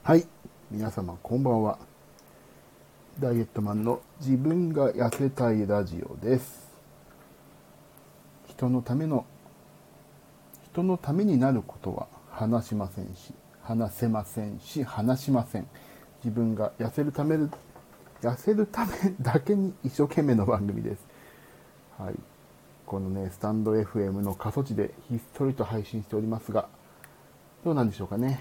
はい、皆様こんばんは。ダイエットマンの自分が痩せたいラジオです。人のためになることは話しませんし、話せませんし、話しません。自分が痩せるためだけに一生懸命の番組です。はい。このね、スタンド FM の過疎地でひっそりと配信しておりますが、どうなんでしょうかね。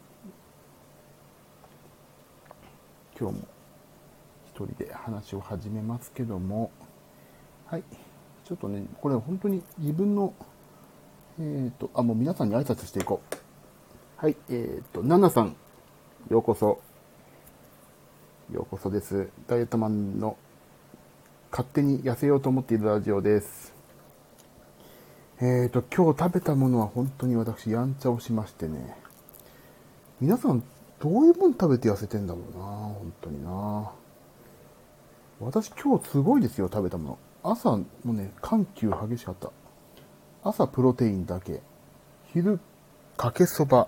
今日も一人で話を始めますけども、はい。ちょっとね、これ本当に自分の、もう皆さんに挨拶していこう。はい。ナナさん、ようこそ。ようこそです。ダイエットマンの勝手に痩せようと思っているラジオです。今日食べたものは本当に私、やんちゃをしましてね。皆さん、どういうもの食べて痩せてんだろうな、本当にな。私、今日すごいですよ、食べたもの。朝もね、緩急激しかった。朝プロテインだけ。昼、かけそば。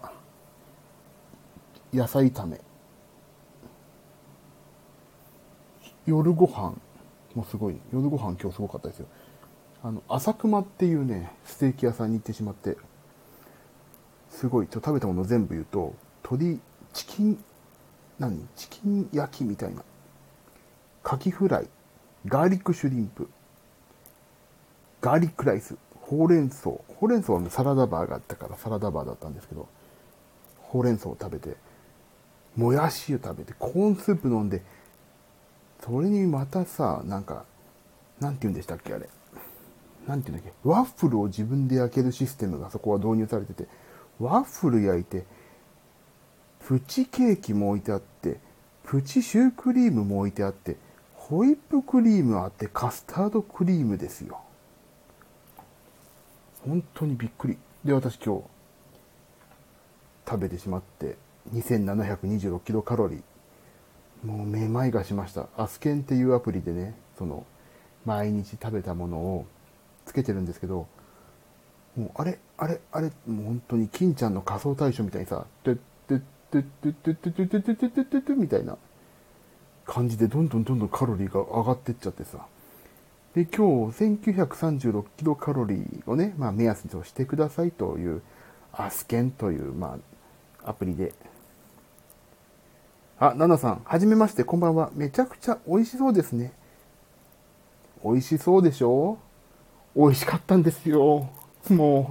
野菜炒め。夜ご飯もすごい。夜ご飯今日すごかったですよ。朝熊っていうね、ステーキ屋さんに行ってしまって、すごい。食べたもの全部言うと、チキン焼きみたいな。カキフライ、ガーリックシュリンプ、ガーリックライス、ほうれん草は、ね、サラダバーがあったからサラダバーだったんですけど、ほうれん草を食べて、もやしを食べて、コーンスープ飲んで、それにまたさ、なんて言うんでしたっけあれ。なんて言うんだっけ。ワッフルを自分で焼けるシステムがそこは導入されてて、ワッフル焼いて、プチケーキも置いてあって、プチシュークリームも置いてあって、ホイップクリームあってカスタードクリームですよ。本当にびっくり。で、私今日食べてしまって、2726キロカロリー。もうめまいがしました。アスケンっていうアプリでね、毎日食べたものをつけてるんですけど、もうもう本当に金ちゃんの仮装大賞みたいにさ、トゥットゥットゥットゥットゥットゥットゥットゥットゥットゥットゥットゥみたいな感じでどんどんカロリーが上がってっちゃってさ。で、今日1936キロカロリーをね、目安としてくださいという、アスケンという、アプリで。あ、ナナさん、はじめまして、こんばんは。めちゃくちゃ美味しそうですね。美味しそうでしょ？美味しかったんですよ。も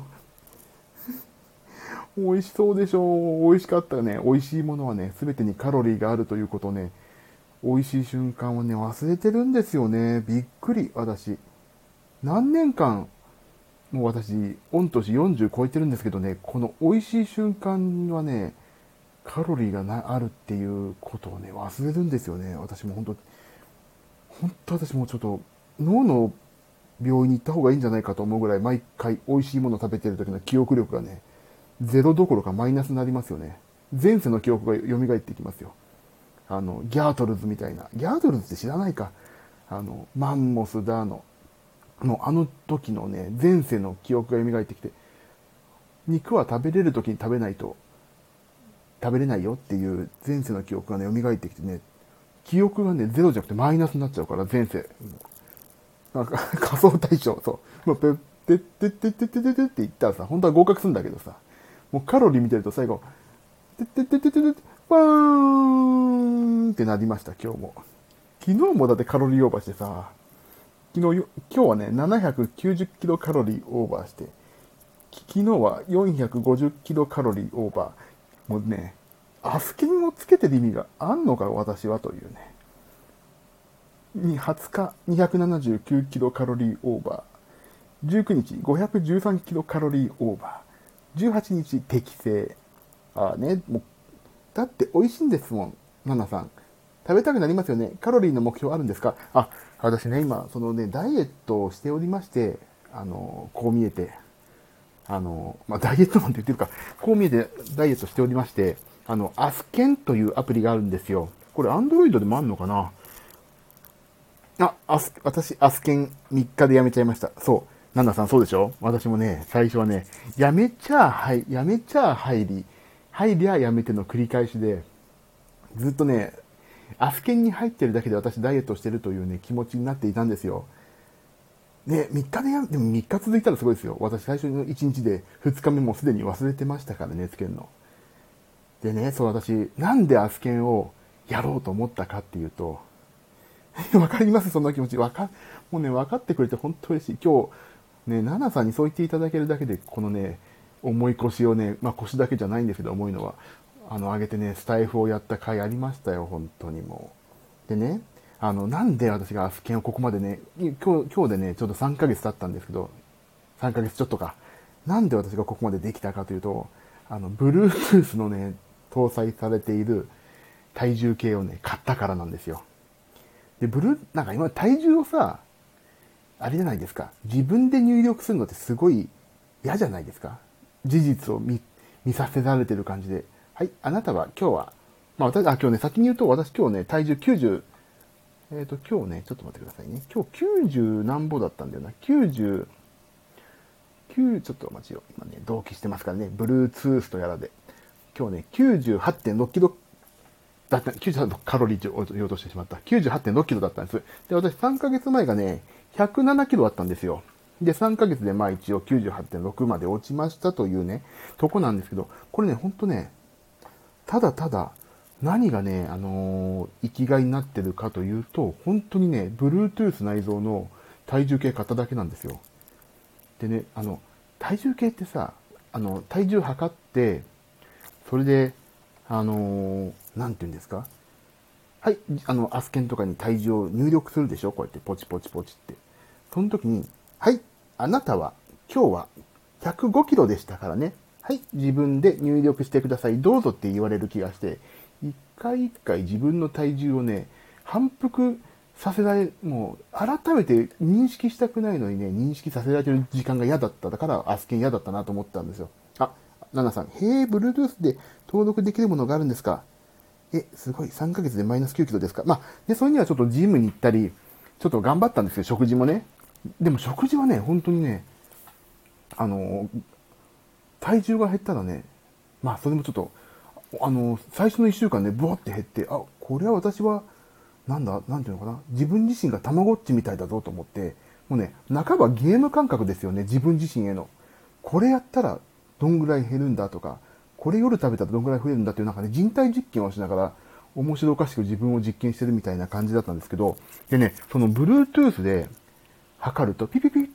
う、美味しそうでしょ？美味しかったね。美味しいものはね、すべてにカロリーがあるということをね、美味しい瞬間をね、忘れてるんですよね。びっくり、私。何年間、もう私、御年40超えてるんですけどね、この美味しい瞬間はね、カロリーがあるっていうことをね、忘れるんですよね。私も本当私もちょっと、脳の病院に行った方がいいんじゃないかと思うぐらい、毎回美味しいものを食べてる時の記憶力がね、ゼロどころかマイナスになりますよね。前世の記憶が蘇ってきますよ。ギャートルズみたいな。ギャートルズって知らないか。マンモスだのあの時のね、前世の記憶が蘇ってきて、肉は食べれる時に食べないと食べれないよっていう前世の記憶がね、蘇ってきてね、記憶がね、ゼロじゃなくてマイナスになっちゃうから、前世。なんか、仮想対象、そう。もう、ペッ、てってってってってってって言ったらさ、本当は合格するんだけどさ、もうカロリー見てると最後、てってってってってって、バーンってなりました、今日も。昨日もだってカロリーオーバーしてさ、今日はね、790キロカロリーオーバーして、昨日は450キロカロリーオーバー。もうね、アスケンをつけてる意味があんのか、私はというね。20日279キロカロリーオーバー。19日513キロカロリーオーバー。18日適正。ああね、もう、だって美味しいんですもん、ナナさん。食べたくなりますよね。カロリーの目標あるんですか？あ、私ね、今、ダイエットをしておりまして、こう見えて、ダイエットマンって言ってるか、こう見えてダイエットしておりまして、アスケンというアプリがあるんですよ。これ、アンドロイドでもあんのかな？私、アスケン3日でやめちゃいました。そう。ナンナさんそうでしょ？私もね、最初はね、やめちゃ入りゃやめての繰り返しで、 ずっとね、アスケンに入ってるだけで私ダイエットしてるというね、気持ちになっていたんですよ。ね、3日でも3日続いたらすごいですよ。私最初の1日で2日目もすでに忘れてましたからね、つけるの。でね、そう私、なんでアスケンをやろうと思ったかっていうと、わかりますそんな気持ち。もうね、分かってくれて本当嬉しい。今日、ね、ナナさんにそう言っていただけるだけで、このね、重い腰をね、まあ腰だけじゃないんですけど、重いのは、上げてね、スタイフをやった回ありましたよ、本当にもう。でね、なんで私がアスケンをここまでね、今日でね、ちょうど3ヶ月経ったんですけど、3ヶ月ちょっとか。なんで私がここまでできたかというと、Bluetooth のね、搭載されている体重計をね、買ったからなんですよ。で、なんか今体重をさ、あれじゃないですか。自分で入力するのってすごい嫌じゃないですか。事実を見させられてる感じで。はい、あなたは今日は、まあ今日ね、先に言うと私今日ね、体重90、今日ね、ちょっと待ってくださいね。今日90何歩だったんだよな。90、ちょっと待ちよ。今ね、同期してますからね。Bluetooth とやらで。今日ね、98.6キロだった、98カロリーを言おうとしてしまった。98.6キロだったんです。で、私3ヶ月前がね、107キロだったんですよ。で、3ヶ月でまあ一応98.6まで落ちましたというね、とこなんですけど、これね、ほんとね、ただただ、何がね、生きがいになってるかというと、本当にね、Bluetooth 内蔵の体重計買っただけなんですよ。でね、体重計ってさ、体重測って、それで、なんて言うんですか、はい、アスケンとかに体重を入力するでしょこうやってポチポチポチって。その時に、はい、あなたは今日は105キロでしたからね。はい、自分で入力してください。どうぞって言われる気がして、一回一回自分の体重をね、反復させられ、もう改めて認識したくないのにね、認識させられてる時間が嫌だった。だからアスケン嫌だったなと思ったんですよ。あ、ナナさん、へえ、Bluetooth で登録できるものがあるんですか？すごい。3ヶ月でマイナス9キロですか？まあ、で、それにはちょっとジムに行ったり、ちょっと頑張ったんですよ、食事もね。でも食事はね、本当にね、あの、体重が減ったらね、まあ、それもちょっと、最初の1週間ね、ブワって減って、あ、これは私は、なんていうのかな、自分自身がたまごっちみたいだぞと思って、もうね、半ばゲーム感覚ですよね、自分自身への。これやったらどんぐらい減るんだとか、これ夜食べたらどんぐらい増えるんだっていうなんかね、人体実験をしながら、面白おかしく自分を実験してるみたいな感じだったんですけど、でね、その Bluetooth で測ると、ピピピって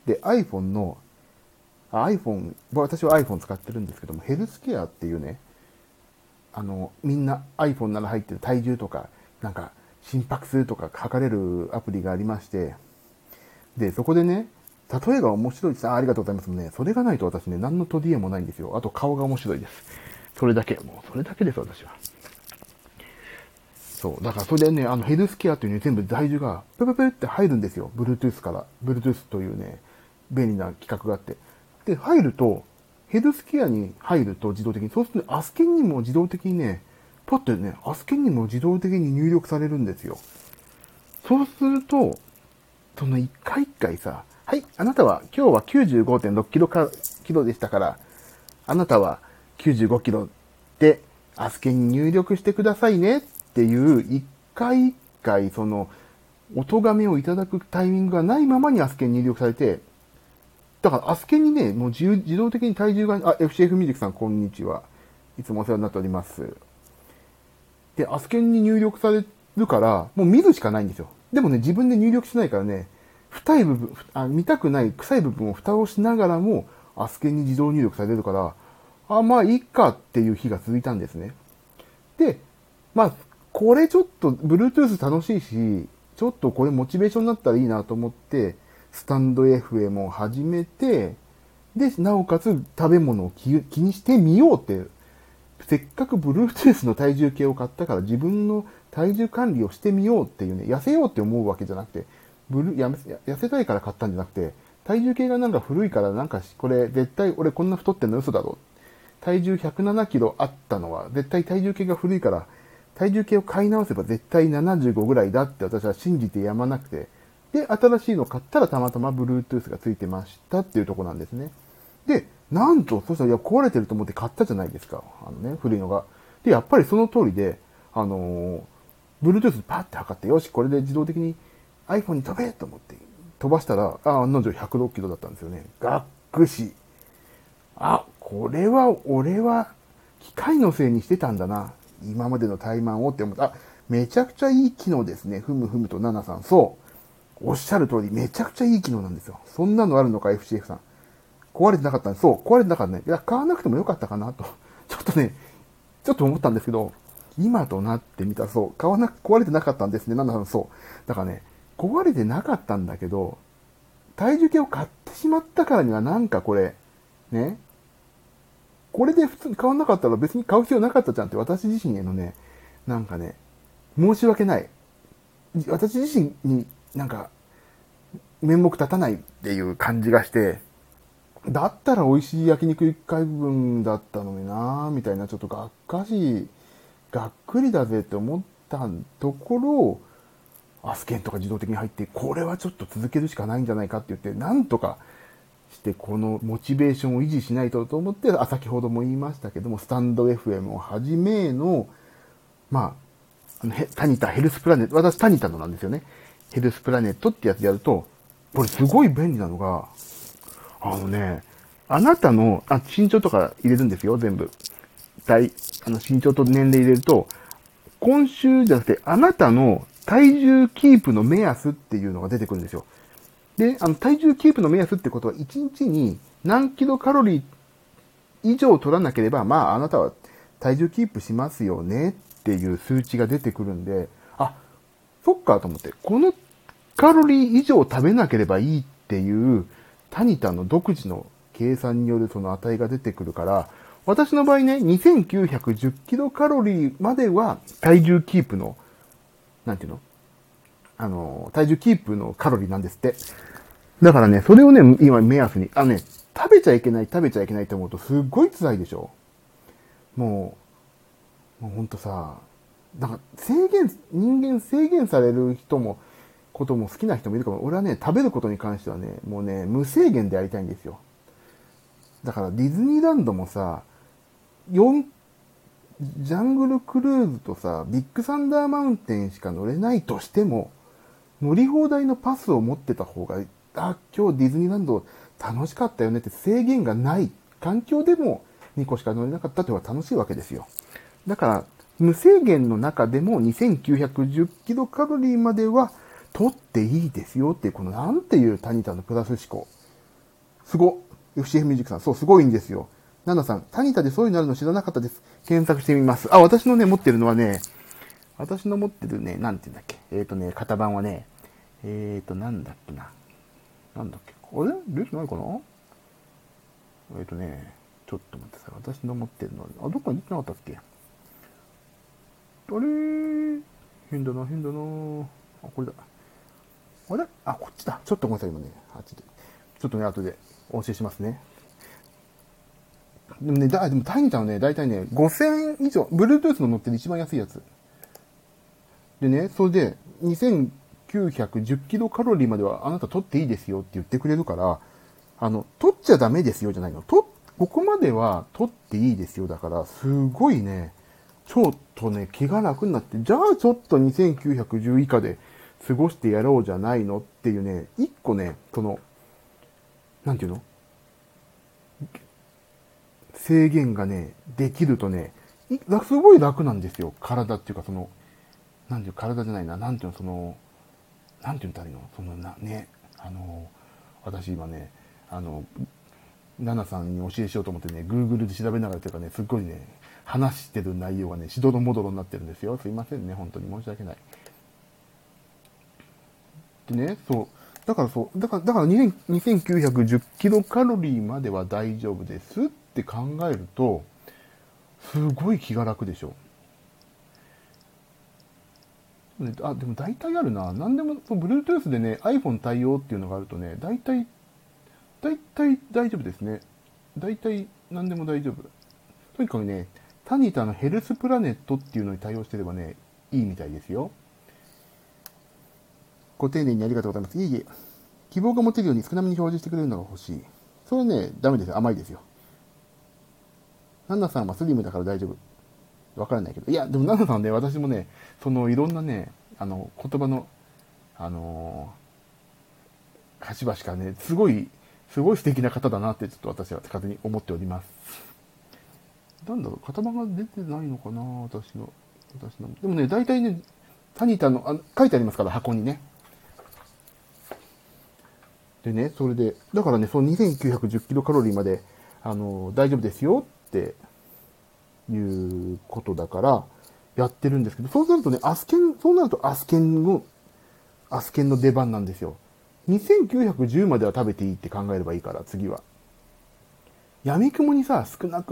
iPhone、私は iPhone 使ってるんですけども、ヘルスケアっていうね、みんな iPhone なら入ってる体重とか、なんか心拍数とか測れるアプリがありまして、で、そこでね、例えが面白いです。ありがとうございますね。それがないと私ね、何の取り柄もないんですよ。あと顔が面白いです。それだけ。もう、それだけです、私は。そう。だからそれでね、ヘルスケアというね、全部体重が、プププって入るんですよ。Bluetooth から。Bluetooth というね、便利な企画があって。で、入ると、ヘルスケアに入ると自動的に、そうすると、アスケンにも自動的にね、パッとね、アスケンにも自動的に入力されるんですよ。そうすると、その一回一回さ、はい、あなたは今日は95.6キロキロでしたから、あなたは95キロでアスケに入力してくださいねっていう一回一回その音がめをいただくタイミングがないままにアスケに入力されて、だからアスケにね、もう自動的に体重が、FCF ミュージックさんこんにちは。いつもお世話になっております。で、アスケンに入力されるから、もう見るしかないんですよ。でもね、自分で入力しないからね、太い部分、見たくない臭い部分を蓋をしながらも、アスケンに自動入力されるから、まあいいかっていう日が続いたんですね。で、まあ、これちょっと、Bluetooth 楽しいし、ちょっとこれモチベーションになったらいいなと思って、スタンド FM を始めて、で、なおかつ食べ物を気にしてみようって、せっかく Bluetooth の体重計を買ったから自分の体重管理をしてみようっていうね、痩せようって思うわけじゃなくて、痩せたいから買ったんじゃなくて、体重計がなんか古いからなんかこれ絶対俺こんな太ってんの嘘だろ。体重107キロあったのは絶対体重計が古いから、体重計を買い直せば絶対75ぐらいだって私は信じてやまなくて、で、新しいの買ったらたまたま Bluetooth がついてましたっていうところなんですね。で、なんと、そしたら、いや、壊れてると思って買ったじゃないですか。古いのが。で、やっぱりその通りで、 Bluetooth パッて測って、よし、これで自動的に iPhone に飛べと思って飛ばしたら、案の定106キロだったんですよね。がっくし。これは、俺は、機械のせいにしてたんだな。今までの怠慢をって思った。めちゃくちゃいい機能ですね。ふむふむとナナさん。そう。おっしゃる通り、めちゃくちゃいい機能なんですよ。そんなのあるのか、FCF さん。壊れてなかったんです。そう、壊れてなかったね。いや、買わなくてもよかったかなと。ちょっとね、ちょっと思ったんですけど、今となってみたらそう、壊れてなかったんですね。ナナさん、そう。だからね、壊れてなかったんだけど、体重計を買ってしまったからにはなんかこれ、ね、これで普通に買わなかったら別に買う必要なかったじゃんって私自身へのね、なんかね、申し訳ない。私自身になんか面目立たないっていう感じがして、だったら美味しい焼肉一回分だったのになぁ、みたいなちょっとがっかしい、がっくりだぜって思ったところ、アスケンとか自動的に入って、これはちょっと続けるしかないんじゃないかって言って、なんとかしてこのモチベーションを維持しないとと思って、先ほども言いましたけども、スタンド FM をはじめの、タニタヘルスプラネット、私タニタのなんですよね。ヘルスプラネットってやつやると、これすごい便利なのが、あなたの、身長とか入れるんですよ、全部。身長と年齢入れると、今週じゃなくて、あなたの体重キープの目安っていうのが出てくるんですよ。で、体重キープの目安ってことは、1日に何キロカロリー以上取らなければ、あなたは体重キープしますよねっていう数値が出てくるんで、そっかと思って、このカロリー以上食べなければいいっていう、タニタの独自の計算によるその値が出てくるから、私の場合ね、2910キロカロリーまでは体重キープの、なんていうの体重キープのカロリーなんですって。だからね、それをね、今目安に、食べちゃいけないって思うとすっごい辛いでしょ。もうほんとさ、なんか人間制限されることも好きな人もいるかも。俺はね、食べることに関してはね、もうね、無制限でやりたいんですよ。だからディズニーランドもさ、ジャングルクルーズとさ、ビッグサンダーマウンテンしか乗れないとしても、乗り放題のパスを持ってた方が、今日ディズニーランド楽しかったよねって制限がない環境でも2個しか乗れなかったってのは楽しいわけですよ。だから、無制限の中でも2910キロカロリーまでは取っていいですよっていう、このなんていうタニタのプラス思考。すご。FCF ミュージックさん、そう、すごいんですよ。ナナさん、タニタでそういうのあるの知らなかったです。検索してみます。私のね、持ってるのはね、私の持ってるね、なんて言うんだっけ。型番はね、なんだっけな。なんだっけ。あれ出てないかな。ちょっと待ってさ、私の持ってるのは、どっかに出てなかったっけ。あれ変だな。これだ。あれこっちだ。ちょっとごめんなさい、今ね。ちょっとね、後でお教えしますね。でもね、でもタイニタのね、だいたいね、5000円以上、Bluetooth の乗ってる一番安いやつ。でね、それで、2910キロカロリーまではあなた取っていいですよって言ってくれるから、取っちゃダメですよじゃないの。ここまでは取っていいですよだから、すごいね、ちょっとね、気が楽になって、じゃあちょっと2910以下で過ごしてやろうじゃないのっていうね、一個ね、なんていうの制限がね、できるとね、すごい楽なんですよ。体っていうかなんていう、体じゃないな、なんていうの、なんて言ったらいいの私今ね、ナナさんに教えしようと思ってね、Google で調べながらというかね、すっごいね、話してる内容がね、しどろもどろになってるんですよ。すいませんね、本当に申し訳ない。でね、そう。だから2910キロカロリーまでは大丈夫ですって考えると、すごい気が楽でしょ。でも大体あるな。なんでも、Bluetooth でね、iPhone 対応っていうのがあるとね、大体大丈夫ですね。大体何でも大丈夫。とにかくね、タニタのヘルスプラネットっていうのに対応してればね、いいみたいですよ。ご丁寧にありがとうございます。いえいえ。希望が持てるように少なめに表示してくれるのが欲しい。それはね、ダメですよ。甘いですよ。ナンナさんはスリムだから大丈夫。 わからないけど。いや、でも、ナナさんね、私もね、そのいろんなね、言葉の、あの端々からね、すごい素敵な方だなって、ちょっと私は勝手に思っております。なんだろう、型番が出てないのかな、私の。でもね、大体ね、タニタの、書いてありますから、箱にね。でね、それで、だからね、その2910キロカロリーまで、大丈夫ですよっていうことだから、やってるんですけど、そうなるとね、そうなるとアスケンの出番なんですよ。2910までは食べていいって考えればいいから、次は。闇雲にさ、少なく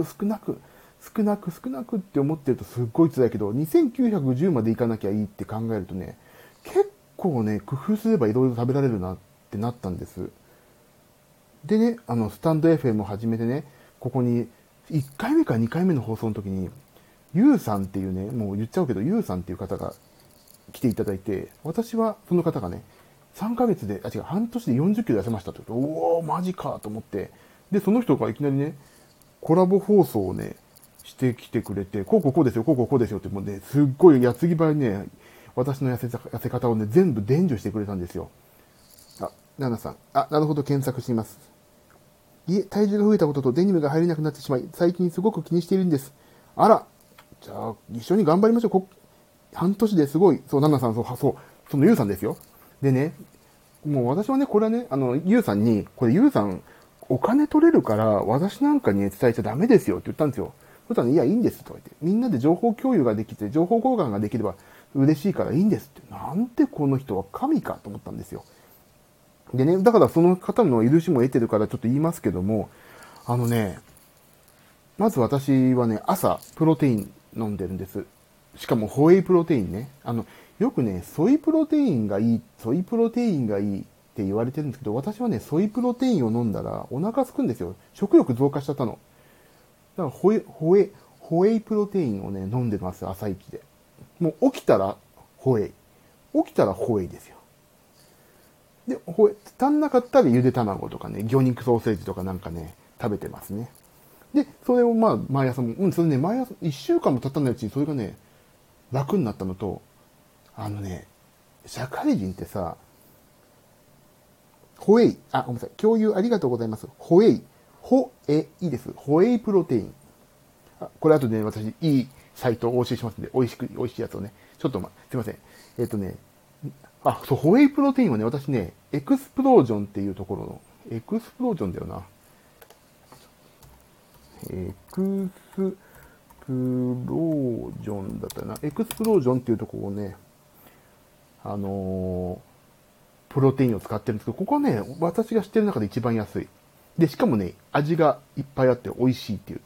って思ってるとすっごい辛いけど、2910までいかなきゃいいって考えるとね、結構ね、工夫すればいろいろ食べられるなってなったんです。でね、スタンド FM を始めてね、ここに、1回目か2回目の放送の時に、ゆうさんっていうね、もう言っちゃうけど、ゆうさんっていう方が来ていただいて、私はその方がね、3ヶ月で、半年で40キロ痩せましたって言うと、おー、マジかと思って、で、その人がいきなりね、コラボ放送をね、してきてくれて、こうですよって、もうね、すっごい矢継ぎ早にね、私の痩せ方をね、全部伝授してくれたんですよ。ナナさん。なるほど、検索しています。いえ、体重が増えたこととデニムが入れなくなってしまい、最近すごく気にしているんです。あら、じゃあ、一緒に頑張りましょう。半年ですごい、そう、ナナさん、そのユウさんですよ。でね、もう私はね、これはね、ユウさんに、これユウさん、お金取れるから、私なんかに伝えちゃダメですよって言ったんですよ。そしたらね、いや、いいんですとか言って、みんなで情報共有ができて、情報交換ができれば嬉しいからいいんですって、なんてこの人は神かと思ったんですよ。でね、だからその方の許しも得てるからちょっと言いますけども、まず私はね、朝、プロテイン飲んでるんです。しかも、ホエイプロテインね。よくね、ソイプロテインがいいって言われてるんですけど、私はね、ソイプロテインを飲んだらお腹空くんですよ。食欲増加しちゃったの。だからホエイプロテインをね、飲んでます、朝一で。もう起きたらホエイ。起きたらホエイですよ。で、足んなかったらゆで卵とかね、魚肉ソーセージとかなんかね、食べてますね。で、それをまあ、毎朝も、それね、毎朝、1週間も経たないうちにそれがね、楽になったのと、社会人ってさ、ホエイ、ごめんなさい、共有ありがとうございます。ホエイです。ホエイプロテイン。これ後でね、私、いいサイトをお教えしますんで、美味しいやつをね、ちょっとすいません。ホエイプロテインはね、私ね、エクスプロージョンっていうところの、エクスプロージョンだよな。エクスプロージョンだったよな。エクスプロージョンっていうところをね、プロテインを使ってるんですけど、ここはね、私が知ってる中で一番安い。で、しかもね、味がいっぱいあって美味しいっていう。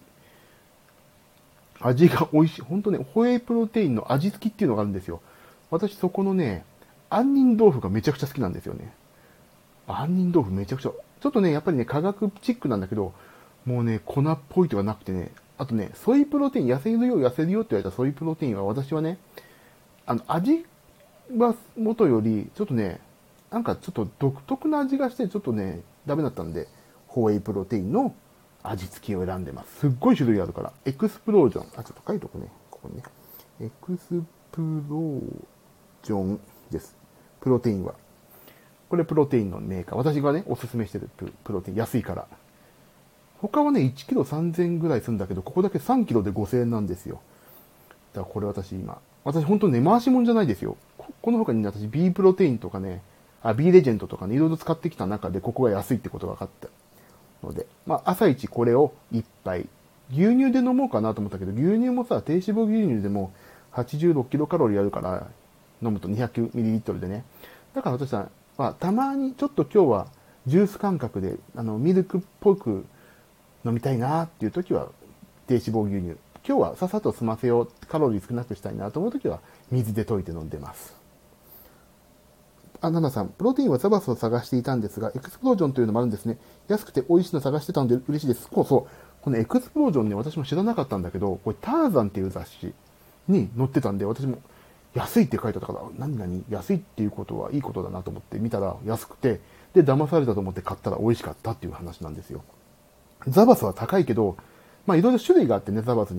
味が美味しい。ほんとね、ホエイプロテインの味付きっていうのがあるんですよ。私そこのね、杏仁豆腐がめちゃくちゃ好きなんですよね。杏仁豆腐めちゃくちゃ。ちょっとね、やっぱりね、化学チックなんだけど、もうね、粉っぽいとかなくてね、あとね、ソイプロテイン、痩せるよって言われたソイプロテインは私はね、味は元より、ちょっとね、なんかちょっと独特な味がして、ちょっとね、ダメだったんで、ホエイプロテインの味付きを選んでます。すっごい種類あるから。エクスプロージョン。ちょっと書いとくね。ここにね。エクスプロージョンです。プロテインは。これプロテインのメーカー。私がね、おすすめしてるプロテイン。安いから。他はね、1キロ3000円ぐらいするんだけど、ここだけ3キロで5000円なんですよ。だからこれ私本当ね、回し物じゃないですよ。この他にね、私 B プロテインとかね、B レジェンドとかね、いろいろ使ってきた中で、ここが安いってことが分かったので、朝一これを1杯。牛乳で飲もうかなと思ったけど、牛乳もさ、低脂肪牛乳でも86キロカロリーあるから、飲むと 200ml でね。だから私は、たまにちょっと今日はジュース感覚で、ミルクっぽく飲みたいなっていう時は、低脂肪牛乳。今日はさっさと済ませよう、カロリー少なくしたいなと思う時は、水で溶いて飲んでます。ナナさん、プロテインはザバスを探していたんですが、エクスプロージョンというのもあるんですね。安くて美味しいの探してたので嬉しいです。そう。このエクスプロージョンね、私も知らなかったんだけど、これターザンっていう雑誌に載ってたんで、私も安いって書いてあったから、何安いっていうことはいいことだなと思って見たら安くて、で、騙されたと思って買ったら美味しかったっていう話なんですよ。ザバスは高いけど、いろいろ種類があってね、ザバスにも。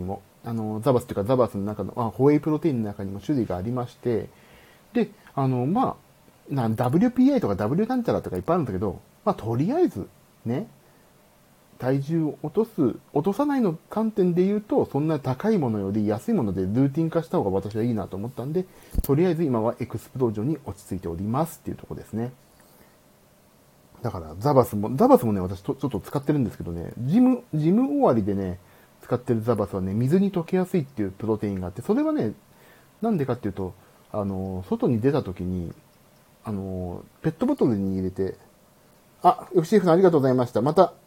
ザバスというかザバスの中の、ホエイプロテインの中にも種類がありまして、で、WPI とか W なんちゃらとかいっぱいあるんだけど、とりあえず、ね、体重を落とさないの観点で言うと、そんな高いものより安いものでルーティン化した方が私はいいなと思ったんで、とりあえず今はエクスプロージョンに落ち着いておりますっていうところですね。だからザバスもね、私ちょっと使ってるんですけどね、ジム終わりでね、使ってるザバスはね、水に溶けやすいっていうプロテインがあって、それはね、なんでかっていうと、外に出た時に、ペットボトルに入れて、FCF のありがとうございました。また、あ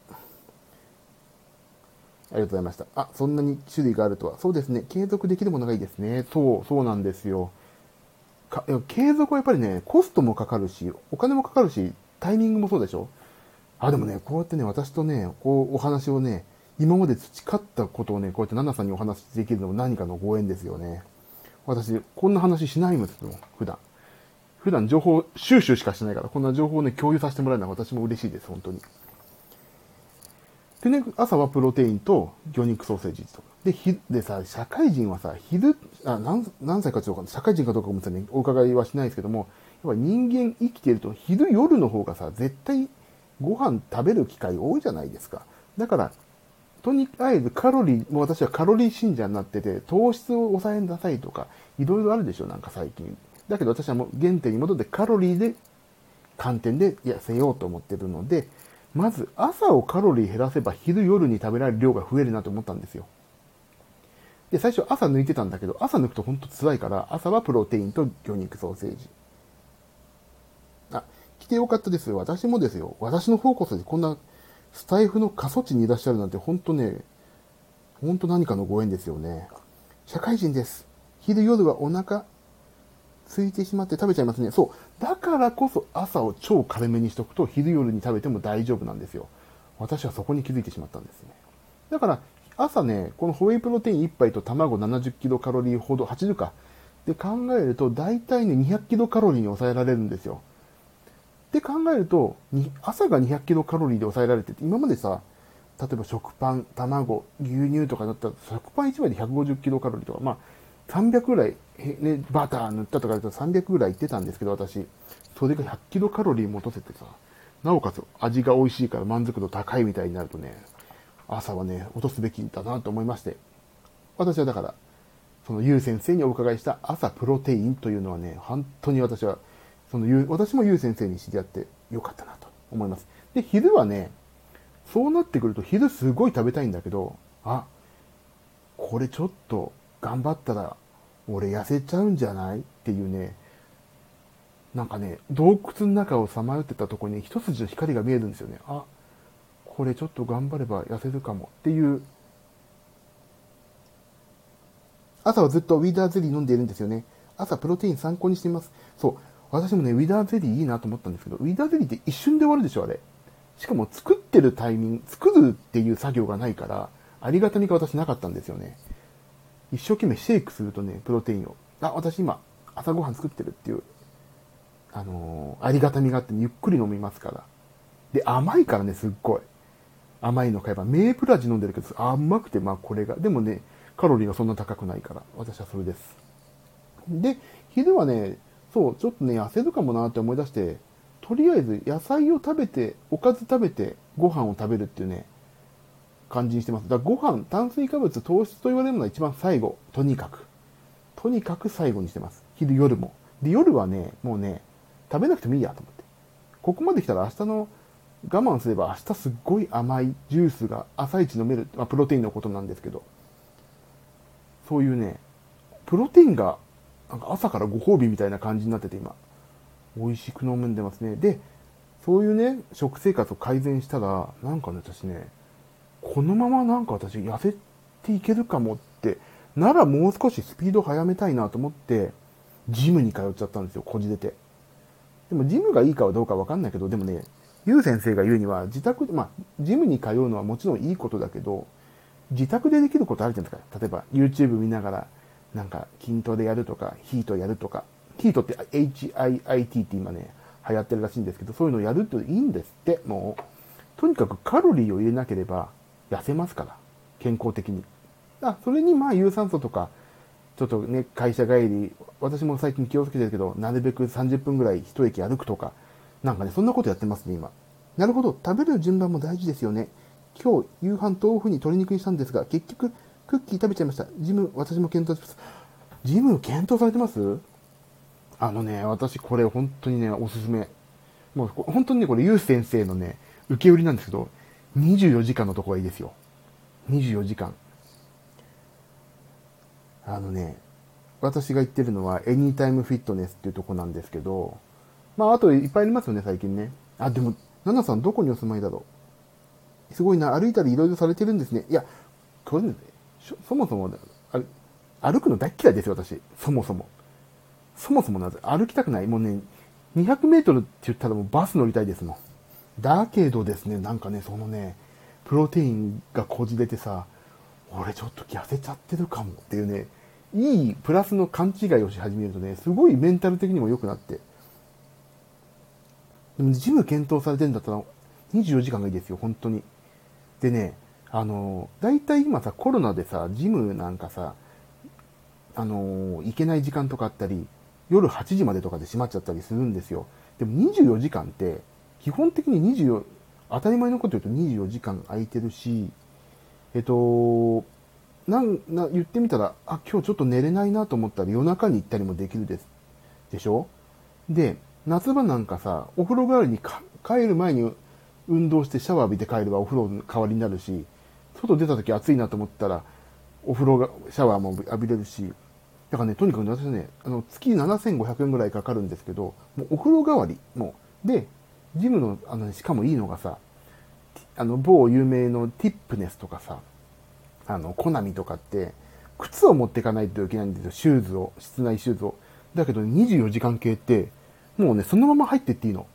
りがとうございました。そんなに種類があるとは。そうですね。継続できるものがいいですね。そうなんですよ。継続はやっぱりね、コストもかかるし、お金もかかるし、タイミングもそうでしょ。でもね、こうやってね、私とね、こう、お話をね、今まで培ったことをね、こうやってナナさんにお話しできるのも何かのご縁ですよね。私、こんな話しないんですよ、普段。普段情報収集しかしてないから、こんな情報をね、共有させてもらえるのは私も嬉しいです、本当に。でね、朝はプロテインと魚肉ソーセージとか。でさ、社会人はさ、何歳かちょっと社会人かどうかもね、お伺いはしないですけども、やっぱ人間生きていると昼夜の方がさ、絶対ご飯食べる機会多いじゃないですか。だから、とりあえずもう私はカロリー信者になってて、糖質を抑えなさいとか、いろいろあるでしょ、なんか最近。だけど私はもう原点に戻ってカロリーで、観点で痩せようと思ってるので、まず朝をカロリー減らせば昼夜に食べられる量が増えるなと思ったんですよ。で、最初朝抜いてたんだけど、朝抜くとほんと辛いから、朝はプロテインと魚肉ソーセージ。来てよかったですよ。私もですよ。私の方こそこんなスタイフの過疎地にいらっしゃるなんてほんと何かのご縁ですよね。社会人です。昼夜はお腹空いてしまって食べちゃいますね。そう。だからこそ朝を超軽めにしとくと昼夜に食べても大丈夫なんですよ。私はそこに気づいてしまったんですね。だから朝ね、このホエイプロテイン1杯と卵70キロカロリーほど、80か。で考えると大体ね、200キロカロリーに抑えられるんですよ。で考えると、朝が200キロカロリーで抑えられてて、今までさ、例えば食パン、卵、牛乳とかだったら、食パン1枚で150キロカロリーとか、300ぐらい、ね、バター塗ったとかだと300ぐらいいってたんですけど、私、それが100キロカロリーも落とせてさ、なおかつ味が美味しいから満足度高いみたいになるとね、朝はね、落とすべきだなと思いまして、私はだから、そのゆう先生にお伺いした朝プロテインというのはね、本当に私は、私もゆう先生に知り合ってよかったなと思います。で、昼はね、そうなってくると昼すごい食べたいんだけど、これちょっと頑張ったら俺痩せちゃうんじゃないっていうね、なんかね、洞窟の中をさまよってたところに一筋の光が見えるんですよね。これちょっと頑張れば痩せるかもっていう。朝はずっとウィダーゼリー飲んでいるんですよね。朝プロテイン参考にしています。そう。私もね、ウィダーゼリーいいなと思ったんですけど、ウィダーゼリーって一瞬で終わるでしょ、あれ。しかも作ってるタイミング、作るっていう作業がないから、ありがたみが私なかったんですよね。一生懸命シェイクするとね、プロテインを。私今、朝ごはん作ってるっていう、ありがたみがあって、ゆっくり飲みますから。で、甘いからね、すっごい。甘いの買えば、メープル味飲んでるけど、甘くて、これが。でもね、カロリーがそんな高くないから、私はそれです。で、昼はね、そう、ちょっとね、痩せるかもなって思い出して、とりあえず野菜を食べて、おかず食べて、ご飯を食べるっていうね、感じにしてます。だからご飯、炭水化物、糖質と言われるのは一番最後。とにかく。とにかく最後にしてます。昼、夜も。で、夜はね、もうね、食べなくてもいいやと思って。ここまで来たら明日の我慢すれば明日すっごい甘いジュースが朝一飲める。プロテインのことなんですけど。そういうね、プロテインがなんか朝からご褒美みたいな感じになってて今。美味しく飲んでますね。で、そういうね、食生活を改善したら、なんかね、私ね、このままなんか私痩せていけるかもって、ならもう少しスピード早めたいなと思って、ジムに通っちゃったんですよ、こじれて。でもジムがいいかはどうかわかんないけど、でもね、ゆう先生が言うには、自宅で、ジムに通うのはもちろんいいことだけど、自宅でできることあるじゃないですか。例えば、YouTube 見ながら、なんか筋トレやるとか、ヒートやるとか、ヒートって HIIT って今ね、流行ってるらしいんですけど、そういうのをやるっていいんですって、もう。とにかくカロリーを入れなければ痩せますから。健康的に。 それにまあ有酸素とか、ちょっとね、会社帰り、私も最近気をつけてるけど、なるべく30分ぐらい一駅歩くとか、なんかね、そんなことやってますね、今。なるほど、食べる順番も大事ですよね。今日、夕飯豆腐に鶏肉にしたんですが、結局、クッキー食べちゃいました。ジム、私も検討します。ジム検討されてます？私これ本当にね、おすすめ。もう本当にね、これ、ゆう先生のね、受け売りなんですけど、24時間のとこがいいですよ。24時間。あのね、私が言ってるのは、エニータイムフィットネスっていうとこなんですけど、まあ、あといっぱいありますよね、最近ね。でも、ナナさんどこにお住まいだろう。すごいな、歩いたりいろいろされてるんですね。いや、これね、そもそも、歩くの大っ嫌いですよ、私。そもそも。そもそもなぜ、歩きたくない。もうね、200メートルって言ったらもうバス乗りたいですもん。だけどですね、なんかね、そのね、プロテインがこじれてさ、俺ちょっと痩せちゃってるかもっていうね、いいプラスの勘違いをし始めるとね、すごいメンタル的にも良くなって。でもジム検討されてるんだったら24時間がいいですよ、本当に。でね、大体今さ、コロナでさ、ジムなんかさ、行けない時間とかあったり、夜8時までとかで閉まっちゃったりするんですよ。でも24時間って、基本的に24、当たり前のこと言うと24時間空いてるし、えっと、言ってみたら、今日ちょっと寝れないなと思ったら夜中に行ったりもできるです。でしょ？で、夏場なんかさ、お風呂代わりに帰る前に運動してシャワー浴びて帰ればお風呂の代わりになるし、外出た時暑いなと思ったら、お風呂が、シャワーも浴びれるし、だからね、とにかく私はね、月7500円ぐらいかかるんですけど、もうお風呂代わり、もう。で、ジムの、しかもいいのがさ、某有名のティップネスとかさ、コナミとかって、靴を持っていかないといけないんですよ、シューズを、室内シューズを。だけど、24時間系って、もうね、そのまま入ってっていいの。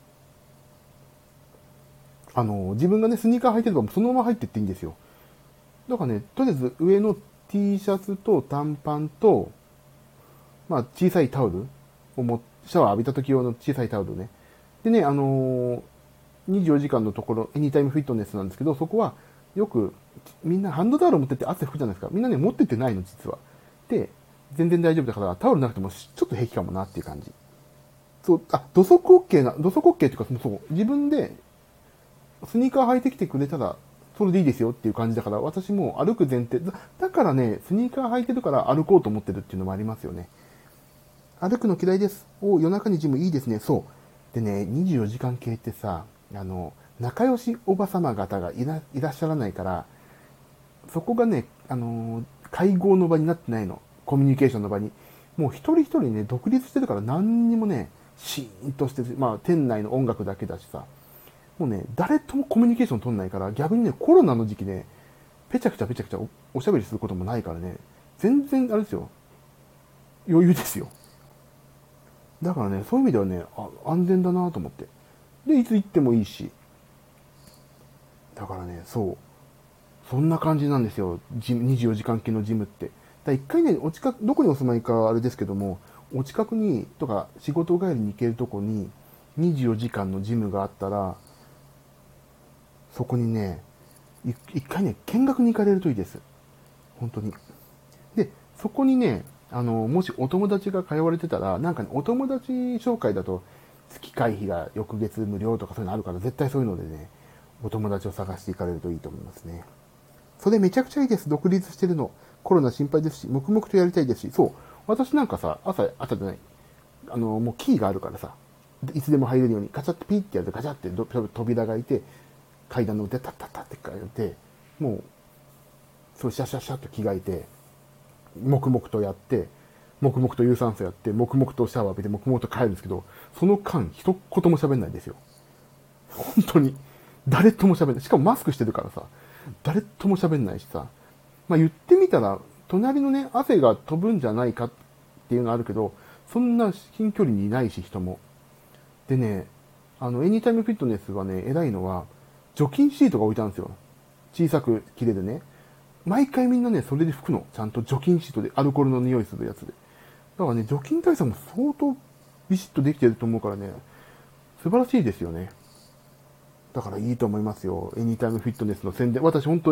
自分がね、スニーカー履いてればそのまま入ってっていいんですよ。だからね、とりあえず上の T シャツと短パンと、まあ、小さいタオルをシャワー浴びた時用の小さいタオルね。でね、24時間のところ、エニタイムフィットネスなんですけど、そこはよく、みんなハンドタオル持ってって汗拭くじゃないですか。みんなね、持ってってないの、実は。で、全然大丈夫だから、タオルなくてもちょっと平気かもなっていう感じ。そう、土足 OK っていうか、そう、自分でスニーカー履いてきてくれたら、それでいいですよっていう感じだから、私も歩く前提、だからね、スニーカー履いてるから歩こうと思ってるっていうのもありますよね。歩くの嫌いです。夜中にジムいいですね。そう。でね、24時間系ってさ、仲良しおばさま方がいらっしゃらないから、そこがね、会合の場になってないの。コミュニケーションの場に。もう一人一人ね、独立してるから何にもね、シーンとしてる。まあ、店内の音楽だけだしさ。もうね、誰ともコミュニケーション取んないから、逆にね、コロナの時期ね、ペチャクチャおしゃべりすることもないからね、全然、あれですよ、余裕ですよ。だからね、そういう意味ではね、安全だなと思って。で、いつ行ってもいいし。だからね、そう。そんな感じなんですよ。24時間系のジムって。一回ね、どこにお住まいかあれですけども、お近くに、とか、仕事帰りに行けるとこに、24時間のジムがあったら、そこにね、一回ね、見学に行かれるといいです。本当に。で、そこにね、もしお友達が通われてたら、なんかね、お友達紹介だと、月会費が翌月無料とかそういうのあるから、絶対そういうのでね、お友達を探していかれるといいと思いますね。それめちゃくちゃいいです。独立してるの。コロナ心配ですし、黙々とやりたいですし、そう。私なんかさ、朝じゃない、もうキーがあるからさ、いつでも入れるように、カチャってピーってやるとガチャって扉が開いて、階段の上でタッタッタって書いて、もう、そうシャシャシャっと着替えて、黙々とやって、黙々と有酸素やって、黙々とシャワー浴びて、黙々と帰るんですけど、その間、一言も喋んないんですよ。本当に。誰とも喋んない。しかもマスクしてるからさ、誰とも喋んないしさ、まあ言ってみたら、隣のね、汗が飛ぶんじゃないかっていうのあるけど、そんな近距離にいないし、人も。でね、エニタイムフィットネスはね、偉いのは、除菌シートが置いてあるんですよ。小さく切れでね。毎回みんなね、それで拭くの。ちゃんと除菌シートで、アルコールの匂いするやつで。だからね、除菌対策も相当ビシッとできてると思うからね、素晴らしいですよね。だからいいと思いますよ。エニタイムフィットネスの宣伝。私本当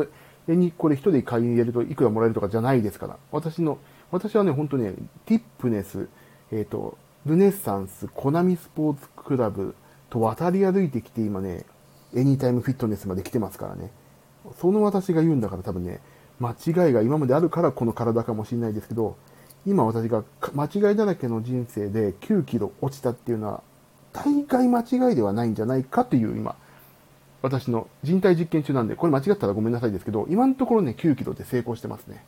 これ一人買い入れるといくらもらえるとかじゃないですから。私はね、本当ね、ティップネス、ルネッサンス、コナミスポーツクラブと渡り歩いてきて今ね、エニタイムフィットネスまで来てますからね。その私が言うんだから多分ね、間違いが今まであるからこの体かもしれないですけど、今私が間違いだらけの人生で9キロ落ちたっていうのは、大概間違いではないんじゃないかという今、私の人体実験中なんで、これ間違ったらごめんなさいですけど、今のところね、9キロで成功してますね。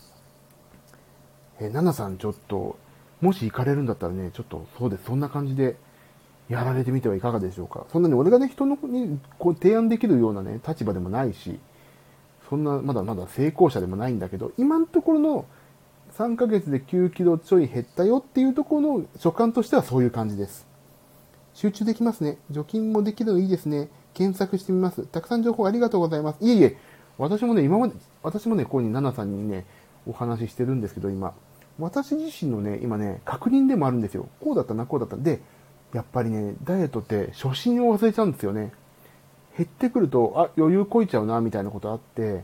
ナナさんちょっと、もし行かれるんだったらね、ちょっとそうです、そんな感じでやられてみてはいかがでしょうか。そんなに俺がね、人のにこう提案できるようなね、立場でもないし、そんなまだまだ成功者でもないんだけど、今のところの3ヶ月で9キロちょい減ったよっていうところの所感としてはそういう感じです。集中できますね。除菌もできるのいいですね。検索してみます。たくさん情報ありがとうございます。いえいえ、私もね、ここにナナさんにね、お話ししてるんですけど、今。私自身のね、今ね、確認でもあるんですよ。こうだったな、こうだった。で、やっぱりね、ダイエットって初心を忘れちゃうんですよね。減ってくると、余裕こいちゃうな、みたいなことあって、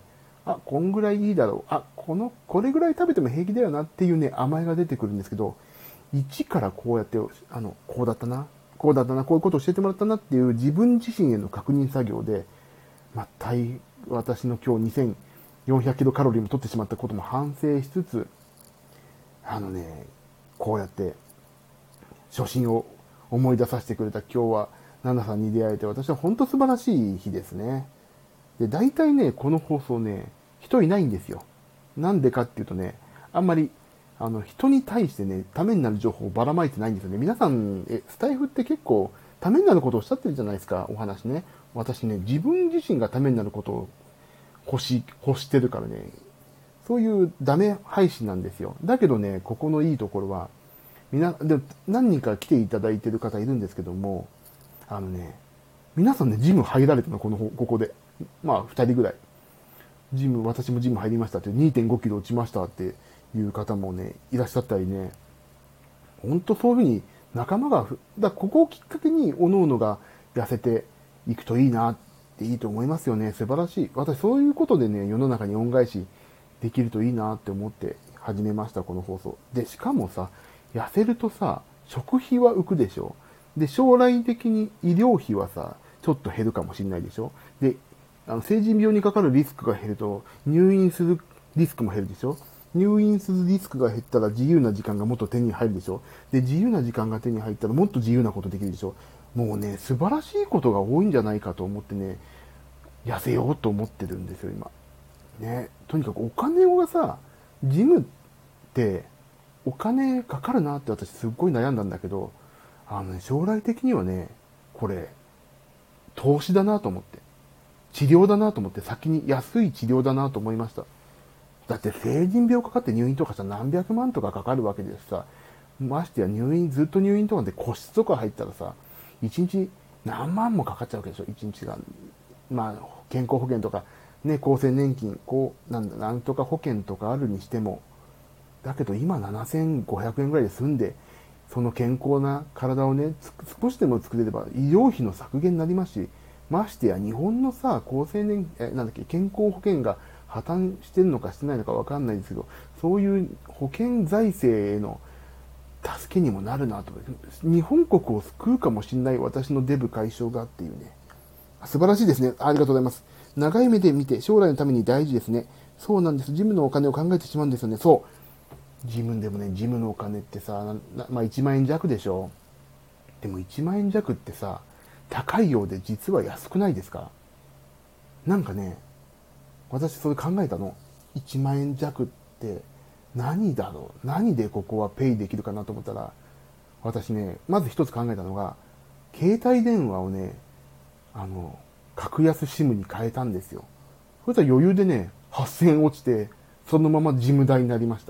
こんぐらいいいだろう。これぐらい食べても平気だよなっていうね、甘えが出てくるんですけど、一からこうやって、こうだったな、こうだったな、こういうことを教えてもらったなっていう自分自身への確認作業で、私の今日2400キロカロリーも取ってしまったことも反省しつつ、こうやって初心を思い出させてくれた今日は、ナナさんに出会えて私は本当素晴らしい日ですね。で、大体ね、この放送ね、人いないんですよ。なんでかっていうとね、あんまり、人に対してね、ためになる情報をばらまいてないんですよね。皆さん、スタイフって結構、ためになることをおっしゃってるじゃないですか、お話ね。私ね、自分自身がためになることを欲してるからね、そういうダメ配信なんですよ。だけどね、ここのいいところは、で、何人か来ていただいてる方いるんですけども、皆さんね、ジム入られたの、ここで。二人ぐらい。私もジム入りましたって、2.5 キロ落ちましたっていう方もね、いらっしゃったりね、ほんとそういうふうに仲間がここをきっかけに、各々が痩せていくといいなっていいと思いますよね。素晴らしい。私、そういうことでね、世の中に恩返しできるといいなって思って始めました、この放送。で、しかもさ、痩せるとさ、食費は浮くでしょ。で、将来的に医療費はさ、ちょっと減るかもしれないでしょ。で、成人病にかかるリスクが減ると、入院するリスクも減るでしょ。入院するリスクが減ったら自由な時間がもっと手に入るでしょ。で、自由な時間が手に入ったらもっと自由なことできるでしょ。もうね、素晴らしいことが多いんじゃないかと思ってね、痩せようと思ってるんですよ、今。ね、とにかくお金がさ、ジムってお金かかるなって私すっごい悩んだんだけど、将来的にはね、これ、投資だなと思って。治療だなと思って、先に安い治療だなと思いました。だって成人病かかって入院とかさ、何百万とかかかるわけですさ。ましてやずっと入院とかで個室とか入ったらさ、一日何万もかかっちゃうわけでしょ、一日が。健康保険とか、ね、厚生年金、なんとか保険とかあるにしても、だけど今7500円ぐらいで済んで、その健康な体をね、少しでも作れれば医療費の削減になりますし、ましてや日本のさ、健康保険が破綻してるのかしてないのかわかんないですけど、そういう保険財政への助けにもなるなと。日本国を救うかもしれない私のデブ解消がっていうね。素晴らしいですね。ありがとうございます。長い目で見て将来のために大事ですね。そうなんです。ジムのお金を考えてしまうんですよね。そう。ジムでもね、ジムのお金ってさ、1万円弱でしょ。でも1万円弱ってさ、高いようで実は安くないですか？なんかね、私それ考えたの。1万円弱って何だろう、何でここはペイできるかなと思ったら、私ね、まず一つ考えたのが、携帯電話をね、格安シムに変えたんですよ。そしたら余裕でね、8000円落ちて、そのままジム代になりました。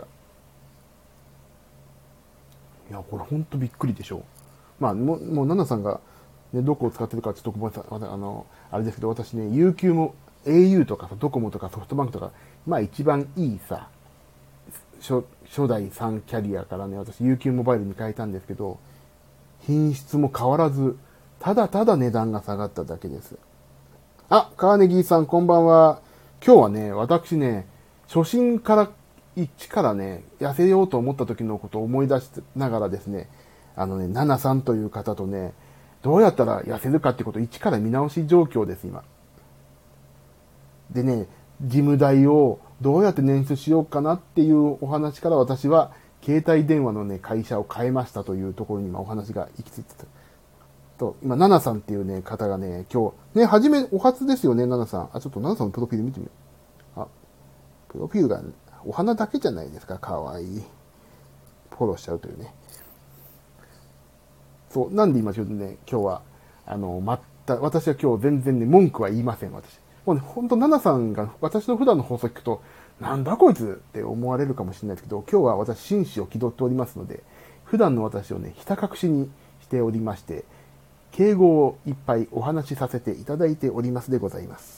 いや、これほんとびっくりでしょ。もう、ナナさんが、ね、どこを使ってるかちょっとごめんなさい。あれですけど、私ね、UQ も、au とかドコモとかソフトバンクとか、一番いいさ、初代3キャリアからね、私 UQ モバイルに変えたんですけど、品質も変わらず、ただただ値段が下がっただけです。カーネギーさんこんばんは。 今日はね、私ね、初心から一からね、痩せようと思った時のことを思い出しながらですね、ナナさんという方とね、どうやったら痩せるかってことを一から見直し状況です、今。でね、事務代をどうやって捻出しようかなっていうお話から私は、携帯電話のね、会社を変えましたというところに今お話が行き着いてた。と、今、ナナさんっていうね、方がね、今日、ね、お初ですよね、ナナさん。あ、ちょっとナナさんのプロフィール見てみよう。あ、プロフィールが、お花だけじゃないですか、かわいい。フォローしちゃうというね。そう、なんで今ちょっとね、今日は、私は今日全然ね、文句は言いません、私。もうね、ほんと、ナナさんが私の普段の放送聞くと、なんだこいつって思われるかもしれないですけど、今日は私、紳士を気取っておりますので、普段の私をね、ひた隠しにしておりまして、敬語をいっぱいお話しさせていただいておりますでございます。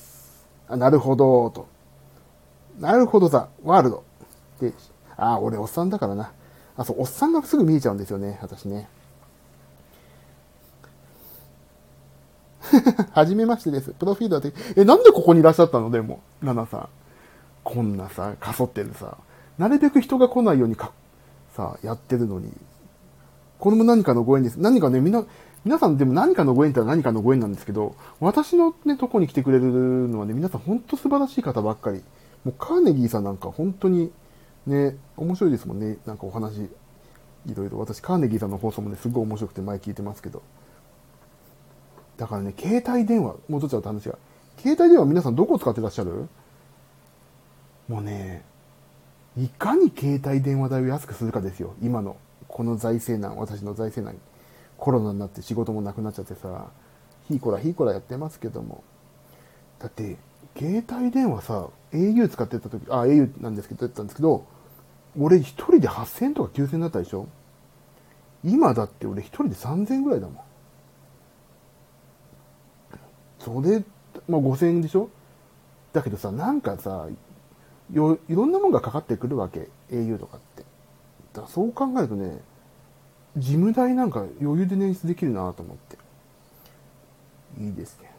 あ、なるほど、と。なるほどザ、ワールド。で、俺おっさんだからな。そう、おっさんがすぐ見えちゃうんですよね、私ね。はじめましてです。プロフィールだって、なんでここにいらっしゃったのでも、ナナさん。こんなさ、かそってるさ、なるべく人が来ないようにやってるのに、これも何かのご縁です。何かね、皆さんでも何かのご縁って何かのご縁なんですけど、私のね、とこに来てくれるのはね、皆さん本当素晴らしい方ばっかり。もうカーネギーさんなんか本当にね、面白いですもんね。なんかお話、いろいろ。私、カーネギーさんの放送もね、すごい面白くて前聞いてますけど。だからね、携帯電話、戻っちゃうと話が。携帯電話皆さんどこ使ってらっしゃる？もうね、いかに携帯電話代を安くするかですよ。今の、この財政難、私の財政難。コロナになって仕事もなくなっちゃってさ、ヒーコラやってますけども。だって、携帯電話さ、au 使ってた時、au なんですけど、やったんですけど、俺一人で8000円とか9000円だったでしょ？今だって俺一人で3000円ぐらいだもん。それ、5000円でしょ？だけどさ、なんかさ、いろんなもんがかかってくるわけ。au とかって。だからそう考えるとね、事務代なんか余裕で捻出できるなと思って。いいですね。